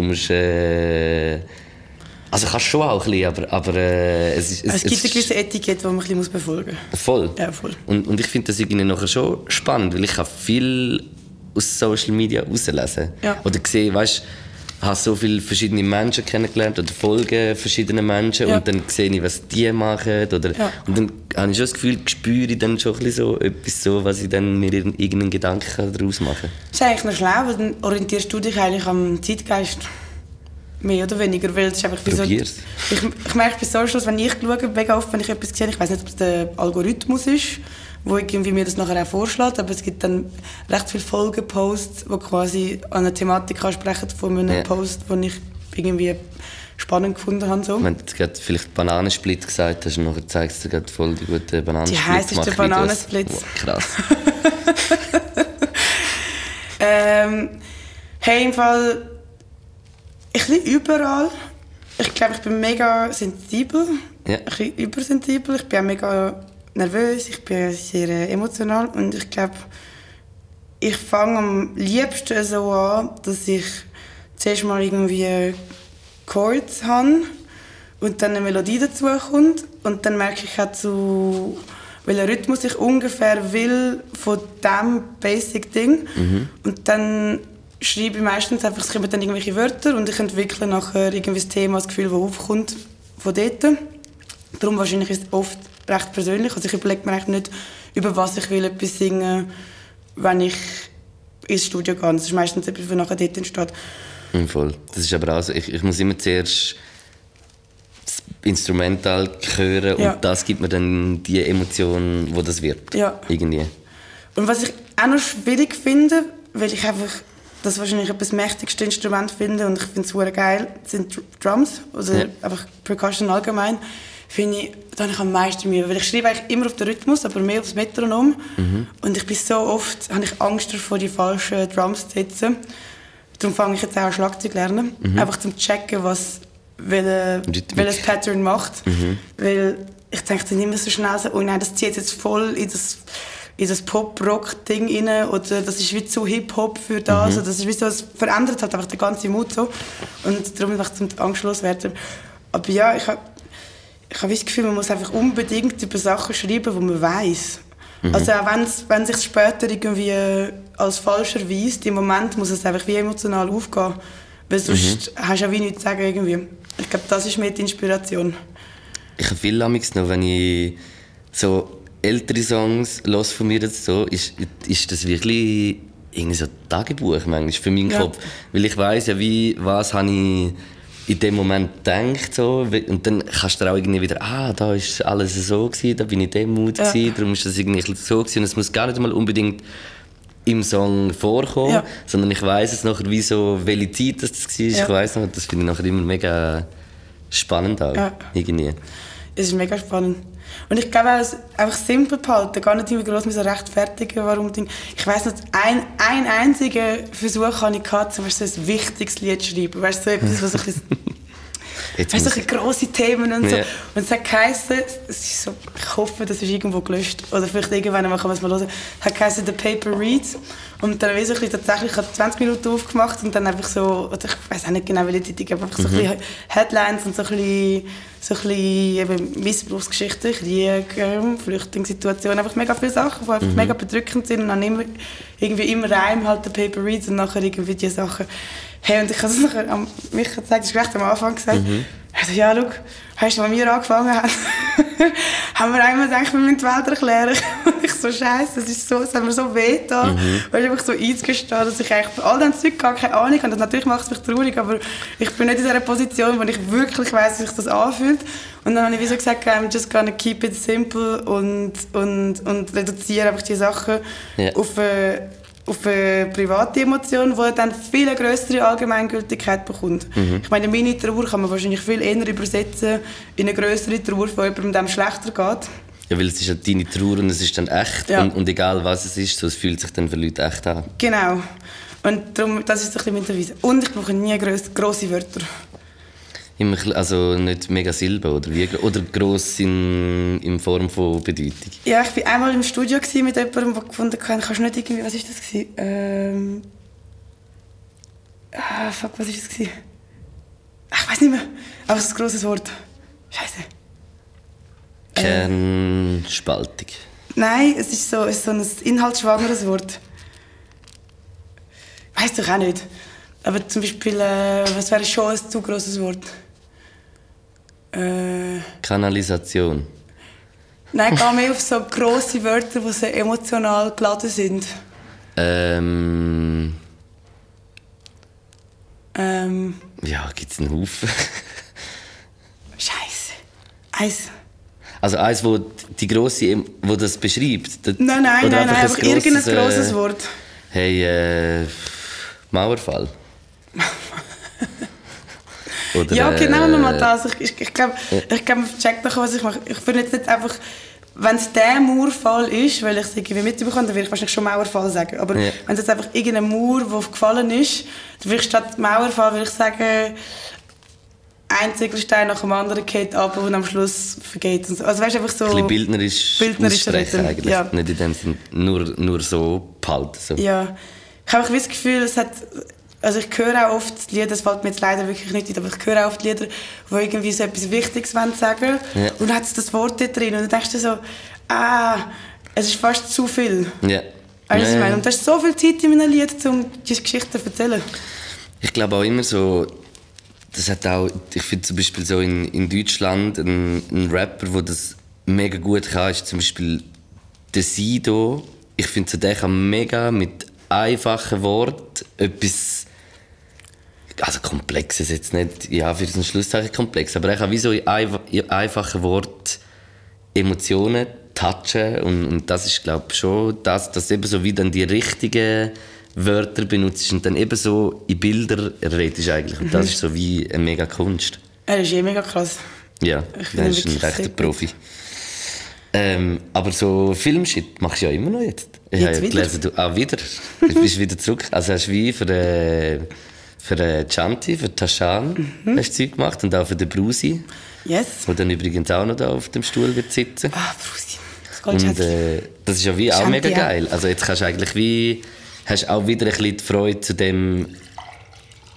also kannst schon auch ein bisschen, aber es gibt eine gewisse Etikette, die man ein bisschen befolgen muss. Voll. Ja, voll. Und ich finde das irgendwie nachher schon spannend, weil ich kann viel aus Social Media herauslesen. Ja. Oder sehen, weißt, ich habe so viele verschiedene Menschen kennengelernt oder folge verschiedene Menschen und dann sehe ich, was die machen. Und dann habe ich schon das Gefühl, spüre ich dann schon ein bisschen so etwas, so, was ich dann mir irgendeinen Gedanken daraus machen kann. Das ist eigentlich noch schlau, weil dann orientierst du dich eigentlich am Zeitgeist. Mehr oder weniger, weil es ist einfach wie so... Ich merke bei Socials, wenn ich schaue, mega oft, wenn ich etwas sehe, ich weiß nicht, ob es der Algorithmus ist, wo irgendwie mir das nachher auch vorschlägt, aber es gibt dann recht viele Folgeposts, die quasi an eine Thematik ansprechen von einem Post, den ich irgendwie spannend gefunden habe. So. Wenn du gerade vielleicht Bananensplit gesagt hast, und nachher zeigst du dir gerade voll die guten Bananensplit. Die heißeste Bananensplit. Wow, krass. Hey, im Fall... Ich bin überall. Ich glaube, ich bin mega sensibel. Ja. Ein bisschen übersensibel. Ich bin auch mega nervös. Ich bin sehr emotional. Und ich glaube, ich fange am liebsten so an, dass ich zuerst mal irgendwie Chords habe und dann eine Melodie dazu kommt. Und dann merke ich auch, zu welchen Rhythmus ich ungefähr will von diesem Basic-Ding. Und dann schreibe ich meistens einfach, es kommen dann irgendwelche Wörter und ich entwickle nachher irgendwie das Thema, das Gefühl, das aufkommt von dort. Darum wahrscheinlich ist es oft recht persönlich. Also ich überlege mir eigentlich nicht, über was ich will etwas singen, wenn ich ins Studio gehe. Das ist meistens etwas, was nachher dort entsteht. Voll. Das ist aber auch so, ich muss immer zuerst das Instrumental hören und das gibt mir dann die Emotion, wo das wird. Ja. Irgendwie. Und was ich auch noch schwierig finde, weil ich einfach das wahrscheinlich das mächtigste Instrument finde und ich finde es super geil, sind Drums, also einfach Percussion allgemein, finde ich, da habe ich am meisten Mühe, weil ich schreibe eigentlich immer auf den Rhythmus, aber mehr auf das Metronom und ich bin so oft, habe ich Angst davor, die falschen Drums zu setzen. Darum fange ich jetzt auch an Schlagzeug lernen, einfach zum checken, welches Pattern macht, weil ich denke dann immer so schnell so, oh nein, das zieht jetzt voll in das Pop-Rock-Ding rein oder das ist wie zu Hip-Hop für das. Das ist wie so, es verändert halt einfach den ganzen Mut so. Und darum einfach zum Angst loswerden. Aber ja, ich habe das Gefühl, man muss einfach unbedingt über Sachen schreiben, die man weiss. Also auch wenn sich später irgendwie als falsch erweist, im Moment muss es einfach wie emotional aufgehen. Weil sonst hast du ja wie nichts zu sagen irgendwie. Ich glaube, das ist mehr die Inspiration. Ich habe viel Amix noch, wenn ich so ältere Songs höre von mir, so, ist das wirklich irgendwie so ein Tagebuch manchmal für meinen Kopf. Weil ich weiss ja, was habe ich in dem Moment gedacht. So. Und dann kannst du auch irgendwie wieder, da war alles so gewesen, da bin ich in dem Mut gewesen, darum ist das irgendwie so gewesen. Und es muss gar nicht mal unbedingt im Song vorkommen, sondern ich weiss es nachher, wie so, welche Zeit das war. Ich weiss noch, das finde ich nachher immer mega spannend auch. Irgendwie. Es ist mega spannend. Und ich glaube auch, einfach simpel behalten, gar nicht immer gross rechtfertigen, warum Ding. Ich weiss nicht, ein einziger Versuch hatte ich, zum Beispiel so ein wichtiges Lied zu schreiben. Weißt du, so etwas, was so ein bisschen grosse Themen und so. Yeah. Und es hat geheißen, so, ich hoffe, das ist irgendwo gelöscht. Oder vielleicht irgendwann kann man es mal hören. Es hat geheißen «The Paper Reads». Und dann habe ich tatsächlich 20 Minuten aufgemacht und dann einfach so, oder ich weiß auch nicht genau, welche Zeitung, aber einfach so ein bisschen Headlines und so ein bisschen eben Missbrauchsgeschichten, Krieg, Flüchtlingssituationen, einfach mega viele Sachen, die einfach mega bedrückend sind und dann irgendwie im Reim halt «The Paper Reads» und nachher irgendwie diese Sachen. Hey, und ich habe es nachher an Micha gesagt, das ist gleich am Anfang gesagt. Also ja, schau, weißt du, als wir angefangen haben, haben wir einmal gedacht, wir müssen die Welt erklären. Und ich so, Scheiße, das hat mir so weh getan. Weil ich einfach so einzugestehen, dass ich eigentlich bei all diesen Zeug gar keine Ahnung habe. Natürlich macht es mich traurig, aber ich bin nicht in dieser Position, wo ich wirklich weiss, wie sich das anfühlt. Und dann habe ich wie so gesagt, I'm just gonna keep it simple und reduziere einfach die Sachen auf eine private Emotion, die dann viel eine grössere Allgemeingültigkeit bekommt. Ich meine, meine Trauer kann man wahrscheinlich viel eher übersetzen in eine grössere Trauer von jemandem, dem es schlechter geht. Ja, weil es ist ja deine Trauer und es ist dann echt und egal was es ist, so, es fühlt sich dann für Leute echt an. Genau. Und darum, das ist so ein bisschen meine Devise. Und ich brauche nie grosse Wörter. Also nicht mega Silben oder gross in Form von Bedeutung? Ja, ich war einmal im Studio mit jemandem, der gefunden hat, kannst du nicht irgendwie, was war das gewesen? Was war das gewesen? Ich weiß nicht mehr, aber es ist ein grosses Wort. Scheiße. Kernspaltung? Nein, es ist so ein inhaltsschwangeres Wort. Weiss doch auch nicht. Aber zum Beispiel, was wäre schon ein zu grosses Wort? Kanalisation. Nein, ich gehe mehr auf so grosse Wörter, die so emotional geladen sind. Ja, gibt es einen Haufen. Scheiße. Eins. Also eins, wo die grosse, wo das beschreibt? Nein, einfach irgendein grosses Wort. Hey, Mauerfall. Oder, ja, genau nochmal das. Ich glaube, man checkt noch, was ich mache. Ich würde jetzt nicht einfach, wenn es der Mauerfall ist, weil ich es irgendwie mitbekomme, dann würde ich wahrscheinlich schon Mauerfall sagen. Aber wenn es jetzt einfach irgendein Mauer, der gefallen ist, dann würde ich statt Mauerfall würde ich sagen, ein Ziegelstein nach dem anderen geht ab und am Schluss vergeht. Und so. Also weißt, einfach so ein bisschen bildnerisch aussprechen eigentlich. Ja. Nicht in dem Sinne nur so behalten. So. Ja. Ich habe das Gefühl, es hat... Also ich höre auch oft Lieder, das fällt mir jetzt leider wirklich nicht ein, aber ich höre auch oft Lieder, die irgendwie so etwas Wichtiges sagen wollen. Ja. Und dann hat es das Wort dort drin. Und dann denkst du so, es ist fast zu viel. Ja. Weißt du, ja. Und du hast so viel Zeit in meinem Lied, um diese Geschichten zu erzählen. Ich glaube auch immer so, das hat auch, ich finde zum Beispiel so in Deutschland ein Rapper, der das mega gut kann, ist zum Beispiel der Sido. Ich finde so, der kann mega mit einfachen Worten etwas, also Komplexes jetzt nicht, ja, für den Schlusszeichen komplex, aber er kann wie so in einfachen Worten Emotionen touchen und das ist, glaube ich, schon das, dass eben so wie dann die richtigen Wörter benutzt und dann eben so in Bilder redest eigentlich und das ist so wie eine mega Kunst. Er ist mega krass. Ja, er ist ein rechter Profi. Aber so Filmshit machst du ja immer noch jetzt. Ich habe gelesen, du auch wieder. Du bist wieder zurück. Also hast du wie für Chanti, für Tashan hast du Zeug gemacht und auch für den Brusi. Yes. Der dann übrigens auch noch da auf dem Stuhl wird sitzen. Brusi. Und das ist ja wie auch mega geil. Also jetzt kannst du eigentlich wie, hast auch wieder ein bisschen die Freude zu dem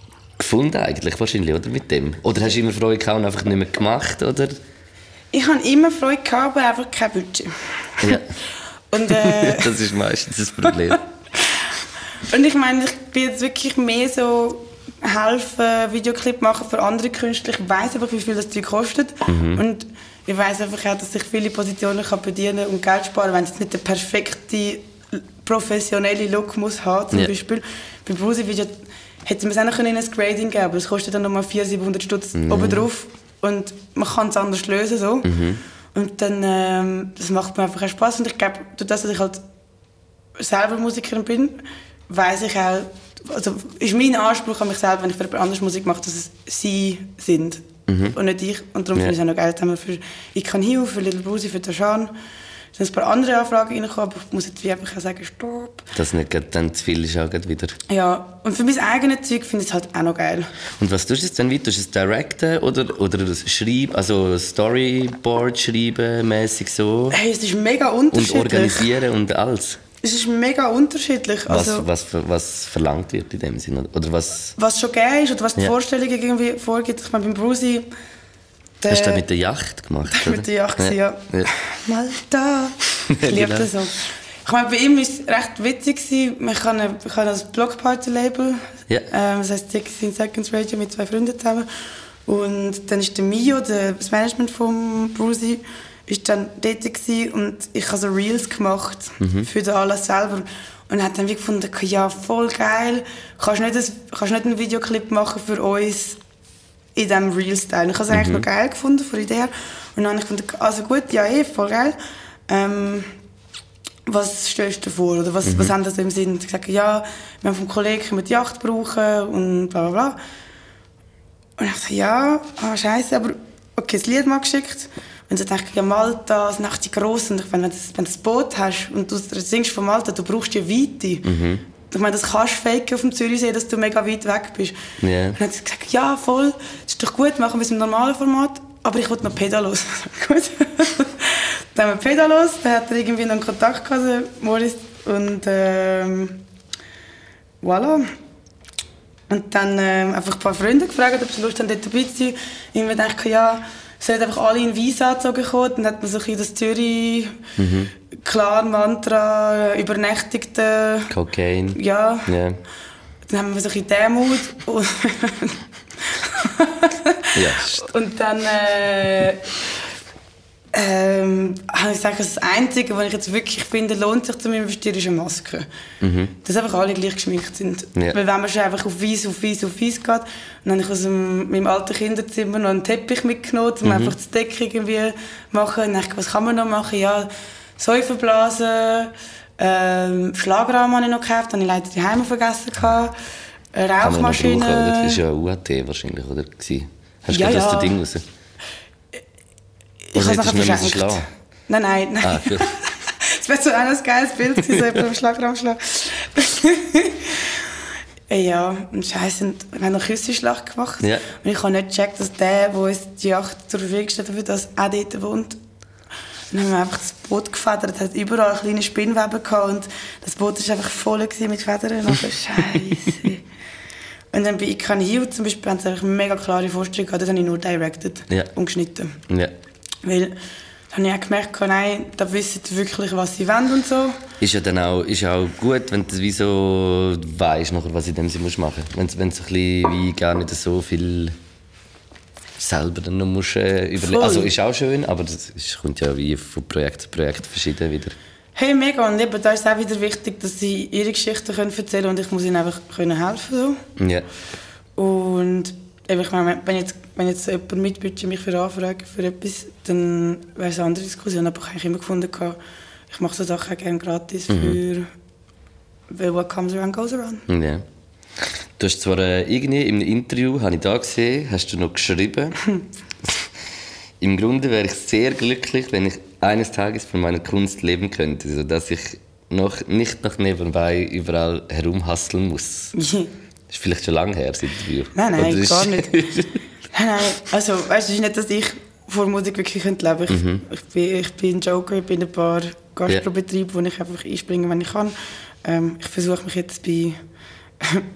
gefunden eigentlich, wahrscheinlich, oder, mit dem? Oder hast du immer Freude gehabt und einfach nicht mehr gemacht, oder? Ich habe immer Freude gehabt, aber einfach kein Budget. Ja. Und, das ist meistens das Problem. Und ich meine, ich bin jetzt wirklich mehr so helfen, Videoclip machen für andere Künstler. Ich weiss einfach, wie viel das Zeug kostet. Und ich weiss einfach auch, dass ich viele Positionen kann bedienen und Geld sparen, wenn es nicht der perfekte, professionelle Look muss haben, zum Beispiel. Beim Brusi-Video hätte man es auch noch in ein Grading geben, aber es kostet dann nochmal 400-700 Stutz obendrauf. Und man kann es anders lösen. So. Und dann, das macht mir einfach auch Spass. Und ich glaube, durch das, dass ich halt selber Musikerin bin, weiss ich auch, also ist mein Anspruch an mich selber, wenn ich für jemand anderes Musik mache, dass es sie sind und nicht ich. Und darum finde ich es auch noch geil, dass wir für «Ich kann Hiu», für «Little Brusi», für «Tashan» sind ein paar andere Anfragen reingekommen, aber ich muss jetzt wie einfach auch sagen, stopp. Dass nicht dann zu viel ist auch wieder. Ja, und für mein eigenes Zeug finde ich es halt auch noch geil. Und was tust du jetzt dann weiter? Tust du es directen oder das schreiben, also Storyboard schreiben, mäßig so? Hey, es ist mega unterschiedlich. Und organisieren und alles? Es ist mega unterschiedlich. Also, was verlangt wird in dem Sinne? Oder was schon geil ist oder was die Vorstellung irgendwie vorgibt. Ich meine, beim Brusi... Hast du das mit der Yacht gemacht? Mit der Yacht, ja. Malta. Ich liebe das so. Ich meine, bei ihm war es recht witzig. Ich habe ein Blockparty-Label. Das heisst 16 Seconds Radio mit 2 Freunden zusammen. Und dann ist der Mio, das Management vom Brusi, ist dann dort gewesen, und ich habe so Reels gemacht für den Anlass selber. Und hat dann wie gefunden, ja, voll geil. Kannst nicht einen Videoclip machen für uns in diesem Real-Style. Ich habe es eigentlich noch geil gefunden, von der Idee her. Und dann habe ich gefunden, also gut, ja, voll geil. Was stellst du dir vor? Oder was haben das im Sinn? Ich gesagt, ja, wir haben vom Kollegen die Yacht brauchen und bla bla bla. Und ich dachte, ja, scheiße, aber okay, das Lied mal geschickt. Und dann dachte ich, ja, Malta, das ist echt gross. Und wenn du das Boot hast und du singst von Malta, du brauchst ja Weite. Ich meine, das kannst du faken auf dem Zürichsee, dass du mega weit weg bist. Yeah. Und dann hat sie gesagt, ja, voll, das ist doch gut, machen wir es im normalen Format, aber ich will noch pedalos. Gut. Dann haben wir pedalos, dann hat er irgendwie noch einen Kontakt gehabt, Moritz, und voilà. Und dann einfach ein paar Freunde gefragt, ob sie Lust haben, dort dabei zu sein. Ich dachte, ja, es sind einfach alle in Weiss angezogen gekommen. Dann hat man so ein das Zürich klar Mantra, übernächtigte Kokain. Ja. Yeah. Dann haben wir so ein den Mut. Und dann habe ich gesagt, das Einzige, was ich jetzt wirklich finde, lohnt sich zu investieren, ist eine Maske. Dass einfach alle gleich geschminkt sind. Yeah. Weil wenn man schon einfach auf Weiss geht, und dann habe ich aus meinem alten Kinderzimmer noch einen Teppich mitgenommen, um einfach die Decke irgendwie machen. Und dann dachte ich, was kann man noch machen? Ja, Säuferblasen, Schlagrahmen habe ich noch gekauft, habe ich leider die Heime vergessen. Rauchmaschine. Das war ja UAT wahrscheinlich, oder? Hast du ja, das Ding raus? Ich habe es nachher verschenkt. Nein. Ah, gut. Das wäre so ein geiles Bild gewesen, so beim Schlagraumschlag. Ja, und scheiße, wir haben noch Küssenschlag gemacht. Ja. Und ich habe nicht gecheckt, dass der uns die Yacht zur Verfügung gestellt hat, dass auch dort wohnt. Dann haben wir einfach das Boot gefedert, es hat überall kleine Spinnweben gehabt und das Boot war einfach voll mit Federn. Aber scheiße. Und dann bei «Ich kann Hiu» zum Beispiel haben sie eine mega klare Vorstellung gehabt, das habe ich nur directed und geschnitten. Ja. Weil dann habe ich auch gemerkt, nein, da wissen sie wirklich, was sie wollen und so. Ist ja dann auch gut, wenn du wie so weisst, was in dem sie machen musst. Wenn du so ein bisschen wie gar nicht so viel selber dann noch musst, überlegen. Also ist auch schön, aber das kommt ja wie von Projekt zu Projekt verschieden wieder. Hey, mega. Und eben, da ist es auch wieder wichtig, dass sie ihre Geschichten erzählen können und ich muss ihnen einfach helfen. So. Ja. Und eben, ich meine, wenn jetzt jemand mit Budget mich für anfragt für etwas, dann wäre es eine andere Diskussion. Aber ich habe immer gefunden, ich mache so Sachen gerne gratis für weil what comes around goes around. Ja. Du hast zwar irgendwie im Interview, habe ich da gesehen, hast du noch geschrieben, im Grunde wäre ich sehr glücklich, wenn ich eines Tages von meiner Kunst leben könnte, sodass ich nicht noch nebenbei überall herumhasseln muss. Das ist vielleicht schon lange her, das Interview. Nein, gar nicht. Nein, also weißt du, es ist nicht, dass ich vor Musik wirklich leben könnte. Ich bin ein Joker, ich bin ein paar Gastrobetriebe, wo ich einfach einspringe, wenn ich kann. Ich versuche mich jetzt als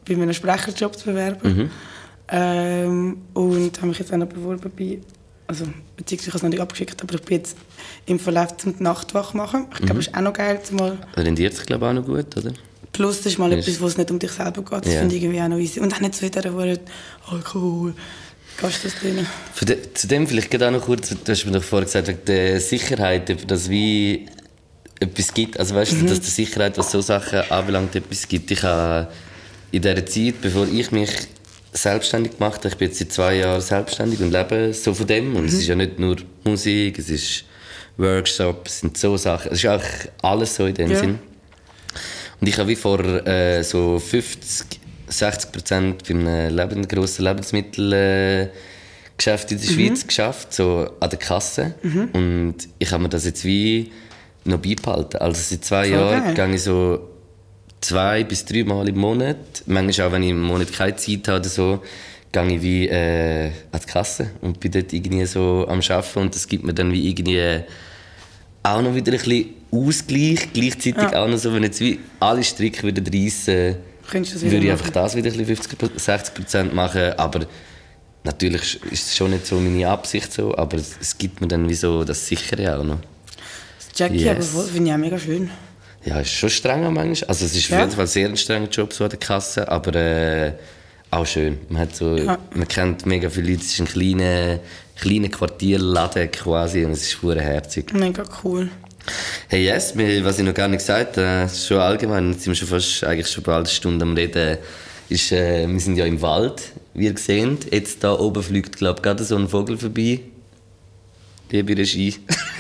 bei einem Sprecherjob zu bewerben. Und habe mich jetzt auch noch beworben bei, also beziehungsweise ich habe es noch nicht abgeschickt, aber ich bin jetzt im Verlauf zum Nachtwach machen. Ich glaube, das ist auch noch geil. Rendiert sich, glaube ich, auch noch gut, oder? Plus, das ist mal etwas, wo es nicht um dich selber geht. Das finde ich irgendwie auch noch easy. Und auch nicht so in dieser Wort, Alkohol, kannst du das drin? Zu dem vielleicht gerade auch noch kurz, du hast mir doch vorher gesagt, wegen der Sicherheit, ob das wie etwas gibt. Also weißt du, dass die Sicherheit, was so Sachen anbelangt, etwas gibt. Ich habe in dieser Zeit, bevor ich mich selbstständig gemacht habe, ich bin jetzt seit 2 Jahren selbstständig und lebe so von dem. Und es ist ja nicht nur Musik, es ist Workshops, es sind so Sachen. Es ist auch alles so in dem Sinn. Und ich habe wie vor so 50-60% bei einem grossen Lebensmittelgeschäft in der Schweiz geschafft, so an der Kasse. Und ich habe mir das jetzt wie noch beibehalten. Also seit 2 Jahren gehe ich so 2 bis 3 Mal im Monat, manchmal auch wenn ich im Monat keine Zeit habe oder so, gehe ich wie an die Kasse und bin dort irgendwie so am Arbeiten und das gibt mir dann wie irgendwie auch noch wieder ein bisschen Ausgleich, gleichzeitig auch noch so, wenn jetzt wie alle Stricke wieder reissen, würde ich einfach das wieder ein bisschen 50-60% machen, aber natürlich ist es schon nicht so meine Absicht so, aber es gibt mir dann wie so das Sichere auch noch. Das Jackie, aber finde ich auch mega schön. Ja, es ist schon streng manchmal. Also es ist auf jeden Fall sehr ein strenger Job so an der Kasse, aber auch schön. Man kennt mega viele Leute, es ist ein kleiner Quartierladen quasi und es ist verdammt herzig. Mega cool. Hey yes, was ich noch gar nicht gesagt habe, schon allgemein, jetzt sind wir eigentlich schon bald eine Stunde am Reden, ist, wir sind ja im Wald, wie ihr seht. Jetzt da oben fliegt, glaube ich, gerade so ein Vogel vorbei. Liebe Regie.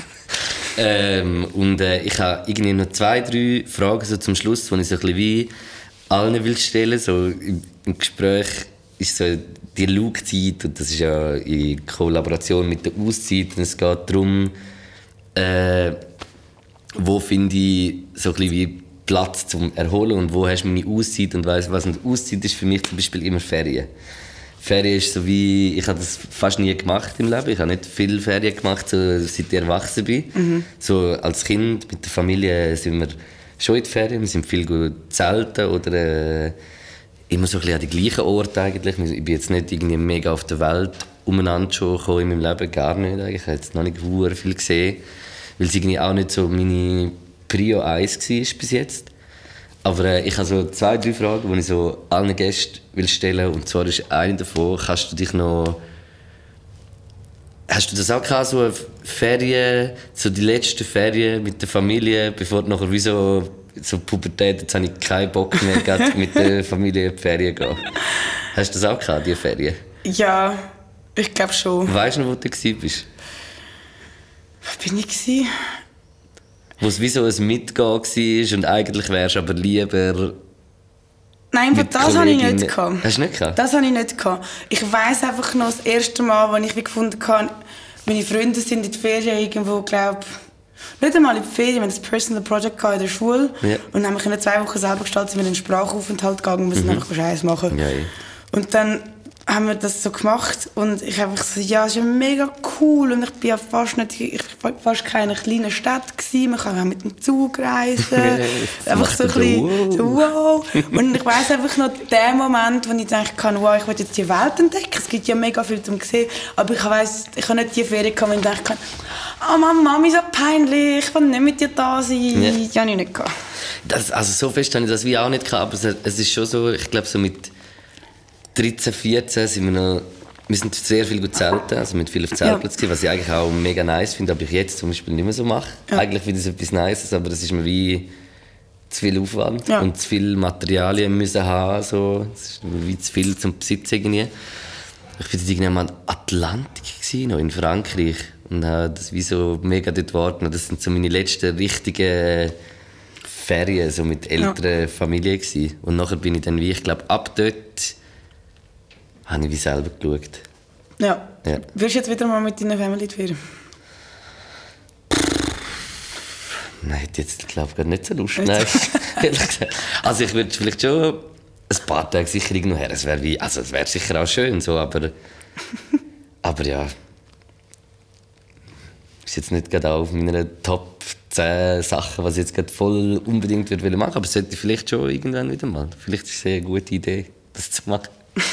Ich habe irgendwie noch 2, 3 Fragen so zum Schluss, die ich so ein bisschen wie allen will stellen. So im Gespräch ist so die Schau-Zeit und das ist ja in Kollaboration mit der Auszeit. Und es geht darum, wo finde ich so ein bisschen wie Platz zum Erholen und wo hast du meine Auszeit und weiss was. Und Auszeit ist für mich zum Beispiel immer Ferien. Ferien ist so wie, ich habe das fast nie gemacht im Leben. Ich habe nicht viel Ferien gemacht, so, seit ich erwachsen bin. So als Kind mit der Familie sind wir schon in die Ferien. Wir sind viel gut zelten oder immer so ein bisschen an die gleichen Orte eigentlich. Ich bin jetzt nicht irgendwie mega auf der Welt umeinander schon gekommen in meinem Leben, gar nicht eigentlich. Ich habe jetzt noch nicht sehr viel gesehen, weil es irgendwie auch nicht so meine Prio 1 war bis jetzt. Aber ich habe so 2, 3 Fragen, die ich so allen Gästen will stellen. Und zwar ist eine davon, hast du das auch gehabt, so eine Ferien, so die letzten Ferien mit der Familie, bevor du nachher wie so Pubertät, jetzt habe ich keinen Bock mehr gehabt, mit der Familie in die Ferien zu gehen. Hast du das auch gehabt, diese Ferien? Ja, ich glaube schon. Weißt du noch, wo du warst? Wo bin ich? Wo es wie so ein Mitgehen war und eigentlich wärst du aber lieber... Nein, aber das habe ich nicht gehabt. Hast du nicht gehabt? Das habe ich nicht gehabt. Ich weiss einfach noch das erste Mal, als ich gefunden habe, meine Freunde sind in die Ferien irgendwo, glaube nicht einmal in die Ferien, wir hatten ein Personal Project in der Schule und haben mich in 2 Wochen selber gestaltet, sind wir in einen Sprachaufenthalt gegangen und müssen einfach Scheiß machen. Ja. Und dann haben wir das so gemacht und ich einfach so, ja, es ist ja mega cool und ich bin ja fast keine kleinen Stadt gewesen, man kann auch mit dem Zug reisen, einfach so ein bisschen, so, wow. Und ich weiss einfach noch den Moment, wo ich denke, wow, ich will jetzt die Welt entdecken, es gibt ja mega viel zum sehen, aber ich weiss, ich habe nicht die Ferien gehabt, wo ich denke, oh Mami, so peinlich, ich will nicht mit dir da sein, ja, habe ich nicht gehabt. Also so fest habe ich das wie auch nicht gehabt, aber es ist schon so, ich glaube so mit 13, 14 sind wir sind sehr viel gut zelten, also mit viel auf Zeltplatz gewesen, was ich eigentlich auch mega nice finde, aber ich jetzt zum Beispiel nicht mehr so mache. Ja. Eigentlich finde ich es etwas Nices, aber das ist mir wie zu viel Aufwand und zu viel Materialien müssen haben, so. Das ist wie zu viel zum Besitzen irgendwie. Ich war irgendwann am Atlantik gewesen, noch in Frankreich und habe das wie so mega dort warten. Das sind so meine letzten richtigen Ferien, so mit älteren Familien gewesen. Und nachher bin ich dann wie, ich glaube, ab dort habe ich wie selber geschaut. Ja. Willst du jetzt wieder mal mit deiner Family feiern? Nein, hätte jetzt, glaube ich, nicht so Lust. Nein, ehrlich gesagt. Also ich würde vielleicht schon ein paar Tage sicher irgendwo her. Es wäre sicher auch schön, so, aber ja. Ist jetzt nicht gerade auf meiner Top 10 Sachen, was ich jetzt gerade voll unbedingt machen will, aber das sollte ich vielleicht schon irgendwann wieder mal. Vielleicht ist es eine gute Idee, das zu machen.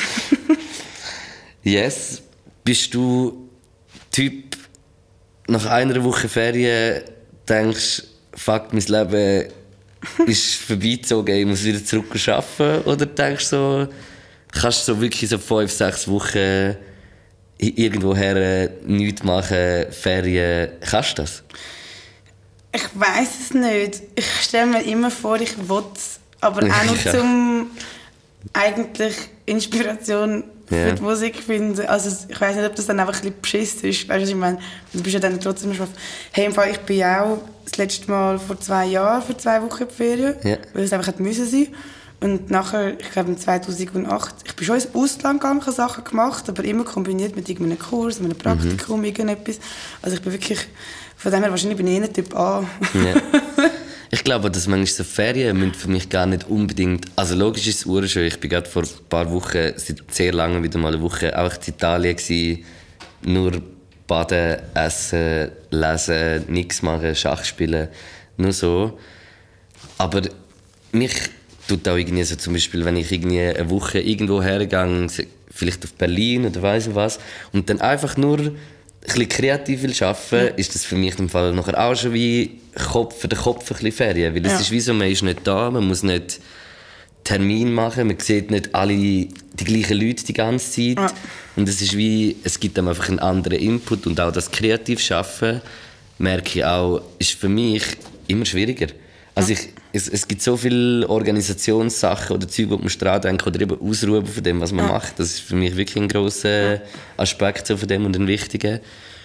Yes. Bist du Typ, nach einer Woche Ferien denkst, fuck, mein Leben ist vorbeigezogen, ich muss wieder zurück arbeiten? Oder denkst du so, kannst du so wirklich so 5-6 Wochen irgendwoher nichts machen, Ferien, kannst du das? Ich weiss es nicht. Ich stelle mir immer vor, ich will es. Aber auch noch zum eigentlich Inspiration für die Musik finden. Also ich weiss nicht, ob das dann einfach ein bisschen beschissen ist. Weißt du, was ich meine? Du bist ja dann trotzdem schon... Hey, im Fall, ich bin ja auch das letzte Mal vor 2 Jahren für 2 Wochen in die Ferien, weil es einfach hätte müssen sein. Und nachher, ich glaube 2008, ich bin schon ins Ausland gegangen, habe Sachen gemacht, aber immer kombiniert mit irgendeinem Kurs, einem Praktikum, irgendetwas. Also ich bin wirklich... Von dem her, wahrscheinlich bin ich eher Typ A. Ja. Ich glaube, dass manchmal so Ferien müssen für mich gar nicht unbedingt... Also logisch ist es urschön. Ich bin gerade vor ein paar Wochen, seit sehr lange wieder mal eine Woche, auch in Italien gewesen. Nur baden, essen, lesen, nichts machen, Schach spielen. Nur so. Aber mich tut auch irgendwie so, zum Beispiel, wenn ich irgendwie eine Woche irgendwo hergehe, vielleicht auf Berlin oder weiss ich was, und dann einfach nur... ein bisschen kreativ will arbeiten, ist das für mich im Fall nachher auch schon wie für den Kopf ein bisschen Ferien. Weil es ist wie so, man ist nicht da, man muss nicht Termin machen, man sieht nicht alle die gleichen Leute die ganze Zeit. Ja. Und es ist wie, es gibt einem einfach einen anderen Input und auch das kreativ Arbeiten, merke ich auch, ist für mich immer schwieriger. Also es gibt so viele Organisationssachen oder Zeug, die man dran denken oder eben ausruhen von dem, was man macht. Das ist für mich wirklich ein grosser Aspekt so von dem und ein wichtiger.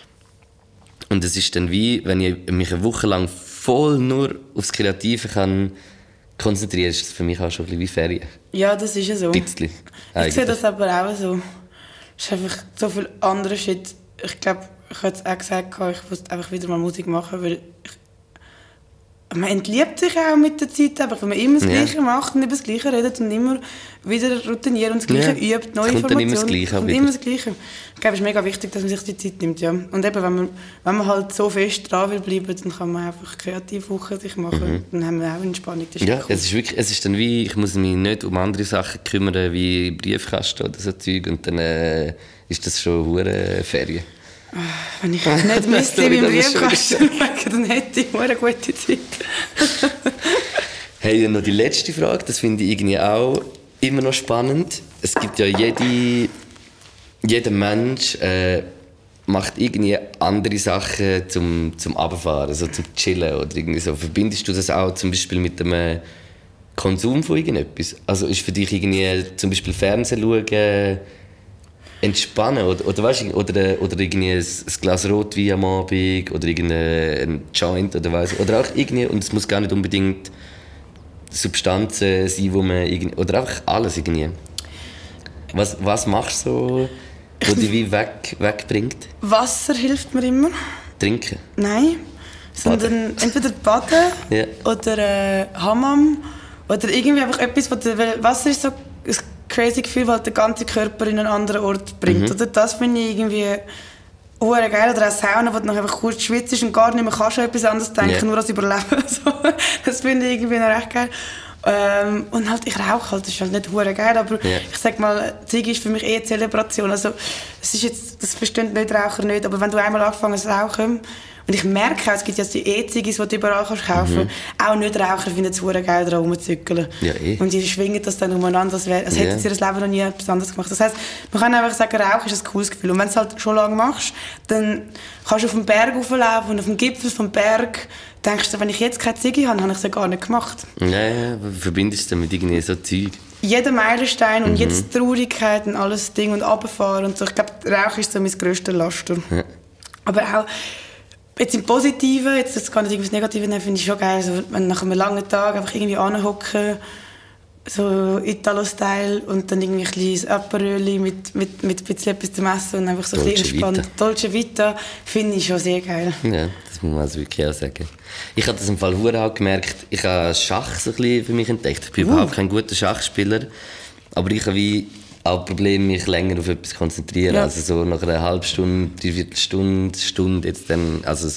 Und es ist dann wie, wenn ich mich eine Woche lang voll nur aufs Kreative kann konzentrieren, ist das für mich auch schon ein bisschen wie Ferien. Ja, das ist ja so. Ein bisschen. Ich sehe das aber auch so. Es ist einfach so viel anderer Shit. Ich glaube, ich habe es auch gesagt, ich muss einfach wieder mal Musik machen, weil man entliebt sich auch mit der Zeit, einfach, wenn man immer das Gleiche macht und über das Gleiche redet und immer wieder routiniert und das Gleiche übt, neue Informationen. Immer das Gleiche. Und immer das Gleiche. Ich glaube, es ist mega wichtig, dass man sich die Zeit nimmt. Ja. Und eben, wenn man halt so fest dran will bleiben, dann kann man einfach kreativ Wochen sich machen. Dann haben wir auch Entspannung. Das ist ja, cool. Es ist dann wie, ich muss mich nicht um andere Sachen kümmern, wie Briefkasten oder so Zeug. Und dann ist das schon hure Ferien. Wenn ich nicht müsste in meinem Briefkasten legen, dann hätte ich eine gute Zeit. Hey, dann noch die letzte Frage, das finde ich irgendwie auch immer noch spannend. Es gibt ja jeder Mensch macht irgendwie andere Sachen zum Runterfahren, also zum Chillen oder irgendwie so. Verbindest du das auch zum Beispiel mit dem Konsum von irgendetwas? Also ist für dich irgendwie zum Beispiel Fernsehen schauen, entspannen oder weißt du, oder irgendwie ein Glas Rotwein am Abend oder irgendein Joint oder weiss, oder auch irgendwie, und es muss gar nicht unbedingt Substanzen sein, wo man irgendwie, oder einfach alles irgendwie. Was machst du so, wo dich wie wegbringt? Wasser hilft mir immer. Trinken? Nein, sondern entweder baden oder Hammam oder irgendwie einfach etwas, weil Wasser ist so ein crazy Gefühl, weil der ganze Körper in einen anderen Ort bringt. Oder das finde ich irgendwie geil. Oder auch Sauna, wo du noch einfach kurz schwitzt und gar nicht mehr kannst an etwas anderes denken, nur als Überleben. So. Das finde ich irgendwie noch recht geil. Und halt, ich rauche halt, das ist halt nicht geil, aber ich sag mal, Ziege ist für mich eher Zelebration. Also, das verstehen Nichtraucher nicht, aber wenn du einmal angefangen hast zu rauchen, und ich merke auch, es gibt ja die E-Ziggis, die du überall kaufen kannst. Auch Nichtraucher finden es geil, daran rumzuzückeln. Ja, und die schwingen das dann umeinander, als hätten sie ihr Leben noch nie etwas anderes gemacht. Das heisst, man kann einfach sagen, Rauchen ist ein cooles Gefühl. Und wenn du es halt schon lange machst, dann kannst du auf den Berg rauflaufen und auf dem Gipfel vom Berg denkst du, wenn ich jetzt keine Ziggy habe, habe ich es ja gar nicht gemacht. Ja, verbindest du damit irgendwie so Zeug? Jeder Meilenstein und jede Traurigkeit und alles Ding und runterfahren und so. Ich glaube, Rauchen ist so mein grösster Laster. Ja. Aber auch jetzt im Positiven, jetzt das kann ich irgendwas Negatives nehmen, finde ich schon geil. Also, wenn nach einem langen Tag einfach irgendwie anhocken, so Italo-Style und dann irgendwie ein kleines Aperöli mit ein bisschen etwas zum Essen und einfach so ein bisschen entspannt. Dolce Vita finde ich schon sehr geil. Ja, das muss man also wirklich auch sagen. Ich habe das im Fall auch gemerkt, ich habe Schach so ein bisschen für mich entdeckt. Ich bin überhaupt kein guter Schachspieler, aber ich habe wie auch Probleme, mich länger auf etwas zu konzentrieren. Ja. Also so nach einer halben Stunde, dreiviertel Stunde jetzt dann, also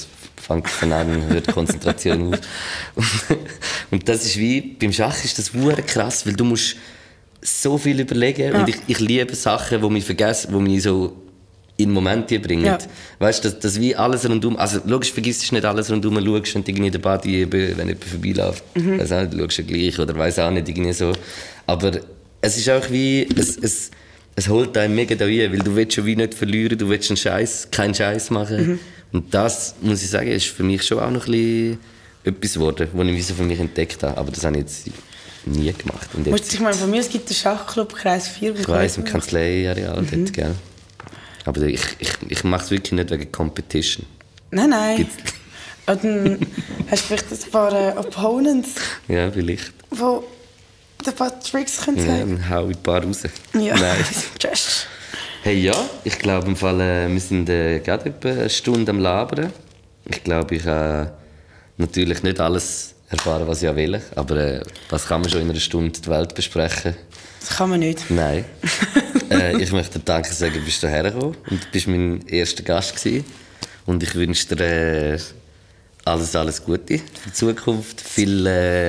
fängt es dann an, hört die Konzentration auf. Und das ist wie, beim Schach ist das verdammt krass, weil du musst so viel überlegen und ich liebe Sachen, die mich vergessen, die mich so in Momente bringen. Ja. Weißt du, dass wie alles rundum, also logisch vergisst du nicht alles rundum, schaust und irgendwie in der Body, wenn jemand vorbeiläuft, weiss auch nicht, schaust du gleich oder weiss auch nicht, irgendwie so. Aber es ist auch wie, es holt einen mega da rein, weil du willst schon wie nicht verlieren, du willst keinen Scheiß machen. Und das, muss ich sagen, ist für mich schon auch noch ein bisschen etwas geworden, was ich so für mich entdeckt habe. Aber das habe ich jetzt nie gemacht. Und jetzt, ich meine, von mir, es gibt den Schachclub Kreis 4. Ich weiss, im Kanzleiareal dort, gell. Aber ich mache es wirklich nicht wegen Competition. Nein. Und dann hast du vielleicht ein paar Opponents. Ja, vielleicht. Wo ein paar Tricks können zeigen. Ja, dann hau ich ein paar raus. Ja, nein. Just. Hey, ja, ich glaube, wir sind gerade etwa eine Stunde am Labern. Ich glaube, ich habe natürlich nicht alles erfahren, was ich will. Aber was kann man schon in einer Stunde die Welt besprechen? Das kann man nicht. Nein. Ich möchte dir Danke sagen, du bist hierher gekommen und du bist mein erster Gast gewesen. Und ich wünsche dir alles Gute für die Zukunft. Viel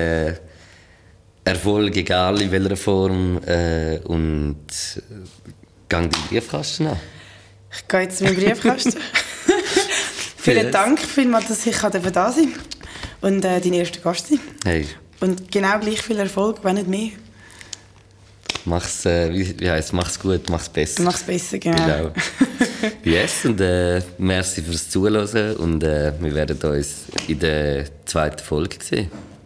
Erfolg, egal in welcher Form. Und gang deinen Briefkasten an. Ich gehe jetzt in meinen Briefkasten. Vielen Dank vielmals, dass ich da sein durfte und dein erster Gast sein. Hey. Und genau gleich viel Erfolg, wenn nicht mehr. Mach's, mach's gut, mach's besser. Mach's besser, genau. Yes, und merci fürs Zuhören und wir werden uns in der zweiten Folge sehen.